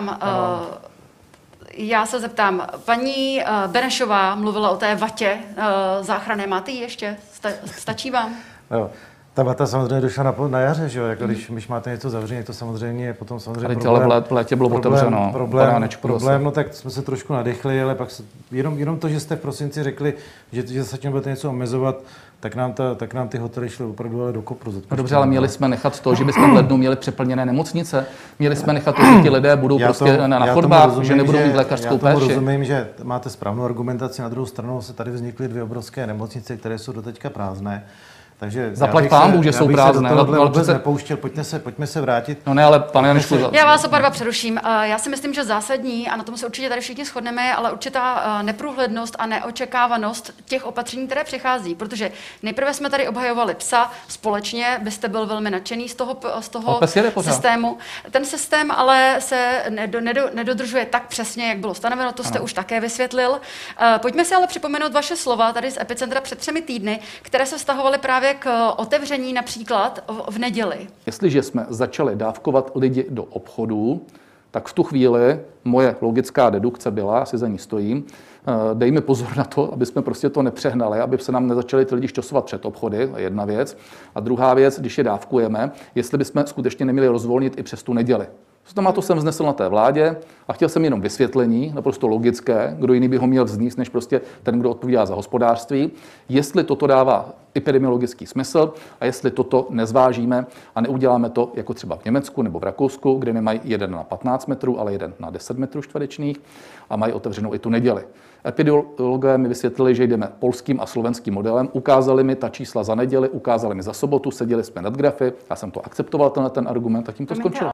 já se zeptám, paní Benešová mluvila o té vatě záchranné, máte ji ještě? Stačí vám? Jo. Ta vata samozřejmě došla na jaře, že jo? Jako když máte něco zavřené, to samozřejmě potom problém. Ale v létě bylo otevřeno. Problém, no tak jsme se trošku nadechli, ale pak jenom to, že jste v prosinci řekli, že zatím budete něco omezovat, tak nám ty hotely šly opravdu ale do kopru. No dobře, ale měli jsme nechat to, že bychom v lednu měli přeplněné nemocnice. Měli jsme nechat to, že ti lidé budou na chodbách, že nebudou mít lékařskou péči. Já rozumím, že máte správnou argumentaci. Na druhou stranu se tady vznikly 2 obrovské nemocnice, které jsou doteďka prázdné. Takže Zaplať pánbůh, že jsou prázdné. Já bych se do tohohle vůbec přece... nepouštěl, pojďme se vrátit. No ne, ale pane Janečku... Já vás oba dva přeruším. Já si myslím, že zásadní, a na tom se určitě tady všichni shodneme, ale určitá neprůhlednost a neočekávanost těch opatření, které přichází. Protože nejprve jsme tady obhajovali PSA společně, byste byl velmi nadšený z toho systému. Ten systém ale se nedodržuje tak přesně, jak bylo stanoveno, to jste už také vysvětlil. Pojďme si ale připomenout vaše slova tady z Epicentra před 3 týdny, které se vztahovaly právě k otevření například v neděli. Jestliže jsme začali dávkovat lidi do obchodů, tak v tu chvíli moje logická dedukce byla, asi za ní stojím, dejme pozor na to, aby jsme prostě to nepřehnali, aby se nám nezačali ty lidi šťosovat před obchody, jedna věc. A druhá věc, když je dávkujeme, jestli bychom skutečně neměli rozvolnit i přes tu neděli. To jsem vznesl na té vládě a chtěl jsem jenom vysvětlení, naprosto logické, kdo jiný by ho měl vznést, než prostě ten, kdo odpovídá za hospodářství, jestli toto dává epidemiologický smysl a jestli toto nezvážíme a neuděláme to jako třeba v Německu nebo v Rakousku, kde nemají jeden na 15 metrů, ale jeden na 10 metrů čtverečních a mají otevřenou i tu neděli. Epidemiologové mi vysvětlili, že jdeme polským a slovenským modelem, ukázali mi ta čísla za neděli, ukázali mi za sobotu, seděli jsme nad grafy, já jsem to akceptoval, ten argument a tím to skončilo.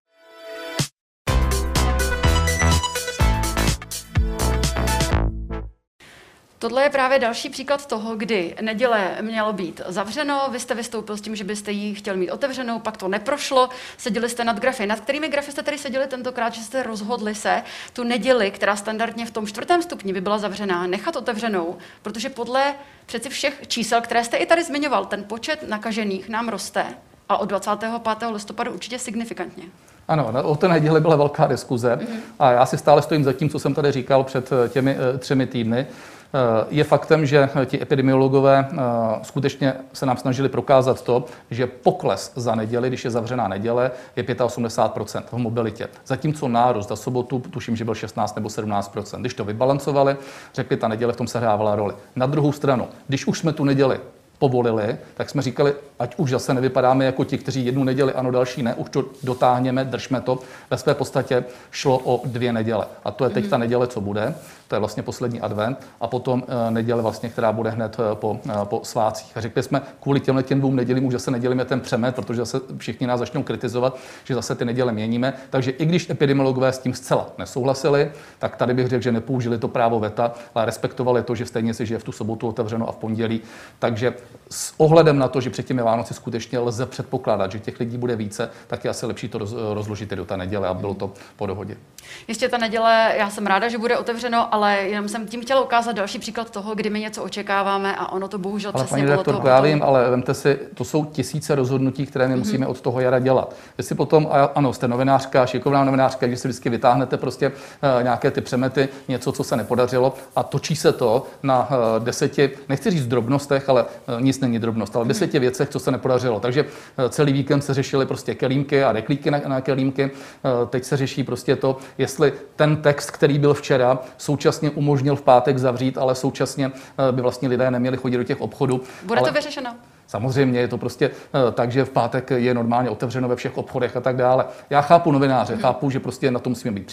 Tohle je právě další příklad toho, kdy neděle mělo být zavřeno, vy jste vystoupil s tím, že byste ji chtěl mít otevřenou, pak to neprošlo, seděli jste nad grafy. Nad kterými grafy jste tady seděli tentokrát, že jste rozhodli se tu neděli, která standardně v tom 4. stupni by byla zavřená, nechat otevřenou, protože podle přeci všech čísel, které jste i tady zmiňoval, ten počet nakažených nám roste a od 25. listopadu určitě signifikantně. Ano, o té neděli byla velká diskuze a já si stále stojím za tím, co jsem tady říkal před těmi 3 týdny. Je faktem, že ti epidemiologové skutečně se nám snažili prokázat to, že pokles za neděli, když je zavřená neděle, je 85% v mobilitě. Zatímco nárůst za sobotu, tuším, že byl 16 nebo 17%. Když to vybalancovali, řekli, ta neděle v tom sehrávala roli. Na druhou stranu, když už jsme tu neděli povolili, tak jsme říkali, ať už zase nevypadáme jako ti, kteří jednu neděli ano, další ne, už to dotáhneme, držme to. Ve své podstatě šlo o 2 neděle. A to je teď ta neděle, co bude. To je vlastně poslední advent a potom neděle vlastně, která bude hned po svátcích. A řekli jsme, kvůli těm 2 nedělím už zase nedělíme ten přemet, protože zase všichni nás začnou kritizovat, že zase ty neděle měníme. Takže i když epidemiologové s tím zcela nesouhlasili, tak tady bych řekl, že nepoužili to právo veta, ale respektovali to, že stejně si žije v tu sobotu otevřeno a v pondělí. Takže s ohledem na to, že před těmi Vánoci skutečně lze předpokládat, že těch lidí bude více, tak je asi lepší to rozložit do té neděle a bylo to po dohodě. Ještě ta neděle, já jsem ráda, že bude otevřeno, ale jenom jsem tím chtěla ukázat další příklad toho, kdy my něco očekáváme a ono to bohužel ale přesně paní bylo redaktorko, já vím, ale vemte si, to jsou tisíce rozhodnutí, které my musíme od toho jara dělat. Jestli potom, ano, jste novinářka, šikovná novinářka, když si vždycky vytáhnete prostě nějaké ty přemety, něco, co se nepodařilo a točí se to na 10, nechci říct drobnostech, ale nic není drobnost, ale 10 věcech, co se nepodařilo. Takže celý víkend se řešily prostě kelímky a reklíky na kelímky. Teď se řeší prostě to, jestli ten text, který byl včera, současně umožnil v pátek zavřít, ale současně by vlastně lidé neměli chodit do těch obchodů. Bude to vyřešeno? Samozřejmě je to prostě tak, že v pátek je normálně otevřeno ve všech obchodech a tak dále. Já chápu novináře, chápu, že prostě na to musíme být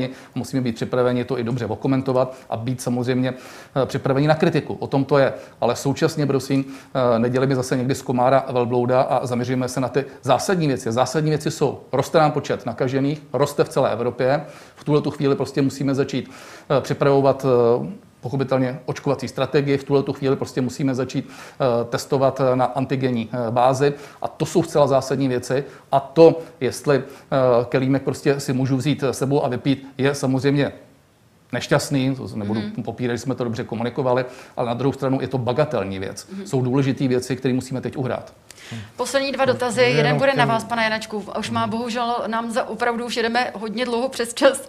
připraveni to i dobře okomentovat a být samozřejmě připraveni na kritiku. O tom to je. Ale současně, prosím, nedělejme zase někdy z komára velblouda a zaměříme se na ty zásadní věci. Zásadní věci jsou, roste nám počet nakažených, roste v celé Evropě. V tuhle tu chvíli prostě musíme začít připravovat pochopitelně očkovací strategii. V tuhle tu chvíli prostě musíme začít testovat na antigenní bázi a to jsou zcela zásadní věci. A to, jestli kelímek prostě si můžu vzít sebou a vypít, je samozřejmě nešťastný, to nebudu popírat, že jsme to dobře komunikovali, ale na druhou stranu je to bagatelní věc. Jsou důležité věci, které musíme teď uhrát. Poslední 2 dotazy, jeden bude na vás, pane Janečku. Už má bohužel nám opravdu už jedeme hodně dlouho přes čas.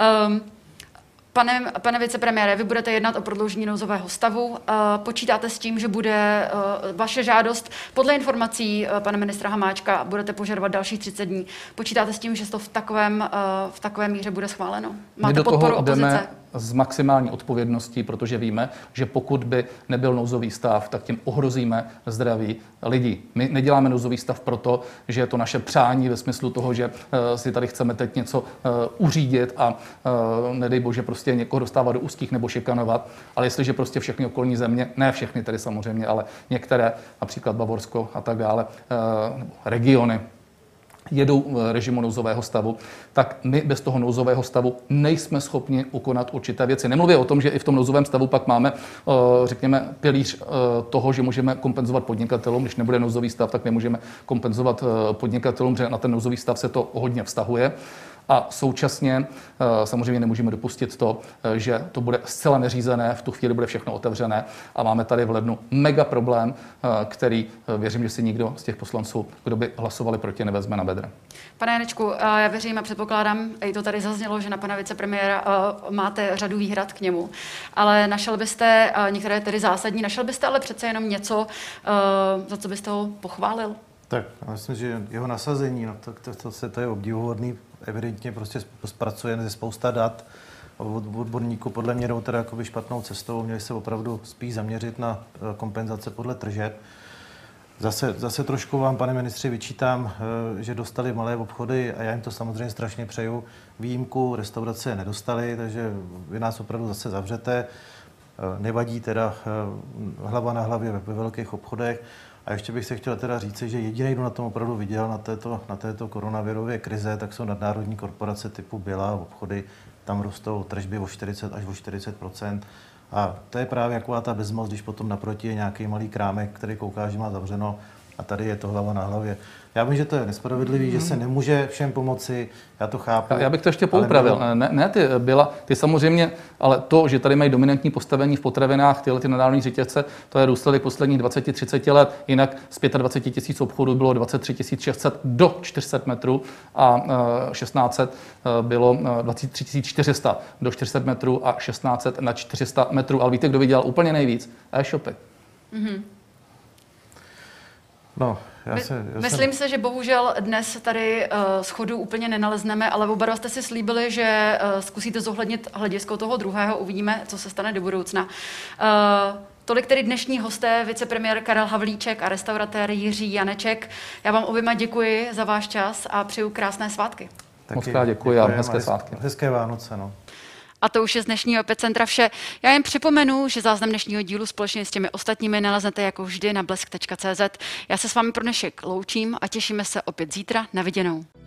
Pane vicepremiére, vy budete jednat o prodloužení nouzového stavu. Počítáte s tím, že bude vaše žádost, podle informací pana ministra Hamáčka, budete požadovat dalších 30 dní. Počítáte s tím, že to v takové míře bude schváleno? Máte podporu opozice? s maximální odpovědností, protože víme, že pokud by nebyl nouzový stav, tak tím ohrozíme zdraví lidí. My neděláme nouzový stav proto, že je to naše přání ve smyslu toho, že si tady chceme teď něco uřídit a nedej bože prostě někoho dostávat do úzkých nebo šikanovat, ale jestliže prostě všechny okolní země, ne všechny tedy samozřejmě, ale některé, například Bavorsko a tak dále, nebo regiony, jedou v režimu nouzového stavu, tak my bez toho nouzového stavu nejsme schopni ukonat určité věci. Nemluvě o tom, že i v tom nouzovém stavu pak máme, řekněme, pilíř toho, že můžeme kompenzovat podnikatelům. Když nebude nouzový stav, tak nemůžeme kompenzovat podnikatelům, že na ten nouzový stav se to hodně vztahuje. A současně samozřejmě nemůžeme dopustit to, že to bude zcela neřízené, v tu chvíli bude všechno otevřené a máme tady v lednu mega problém, který věřím, že si nikdo z těch poslanců, kdo by hlasovali proti, nevezme na bedra. Pane Janečku, já věřím a předpokládám, i to tady zaznělo, že na pana vicepremiéra máte řadu výhrad k němu, ale našel byste, některé tedy zásadní, našel byste ale přece jenom něco, za co byste ho pochválil? Tak, já myslím, že jeho nasazení, no, to je obdivuhodný, evidentně prostě zpracuje ze spousta dat. Odborníků podle mě jdou teda jakoby špatnou cestou, měli se opravdu spíš zaměřit na kompenzace podle tržeb. Zase trošku vám, pane ministři, vyčítám, že dostali malé obchody a já jim to samozřejmě strašně přeju. Výjimku restaurace nedostali, takže vy nás opravdu zase zavřete. Nevadí teda hlava na hlavě ve velkých obchodech. A ještě bych se chtěl teda říci, že jediný, kdo na tom opravdu viděl, na této koronavirové krize, tak jsou nadnárodní korporace typu Billa, obchody, tam rostou tržby o 40 až o 40%. A to je právě taková ta bezmoc, když potom naproti je nějaký malý krámek, který kouká, že má zavřeno a tady je to hlava na hlavě. Já vím, že to je nespravedlivý, že se nemůže všem pomoci, já to chápu. Já bych to ještě poupravil. Ne, ty samozřejmě, ale to, že tady mají dominantní postavení v potravinách, ty nadnárodní řetězce, to je důsledek posledních 20-30 let. Jinak z 25 000 obchodů bylo 23 600 do 400 metrů a 1600 bylo 23 400 do 400 metrů a 1600 na 400 metrů. Ale víte, kdo vydělal úplně nejvíc? E-shopy. Mm-hmm. No, Myslím se, že bohužel dnes tady shodu úplně nenalezneme, ale oba dva jste si slíbili, že zkusíte zohlednit hledisko toho druhého. Uvidíme, co se stane do budoucna. Tolik tedy dnešní hosté, vicepremiér Karel Havlíček a restauratér Jiří Janeček. Já vám oběma děkuji za váš čas a přeju krásné svátky. Moc krát děkuji a hezké svátky. Hezké Vánoce, no. A to už je z dnešního Epicentra vše. Já jen připomenu, že záznam dnešního dílu společně s těmi ostatními naleznete jako vždy na blesk.cz. Já se s vámi pro dnešek loučím a těšíme se opět zítra. Na viděnou.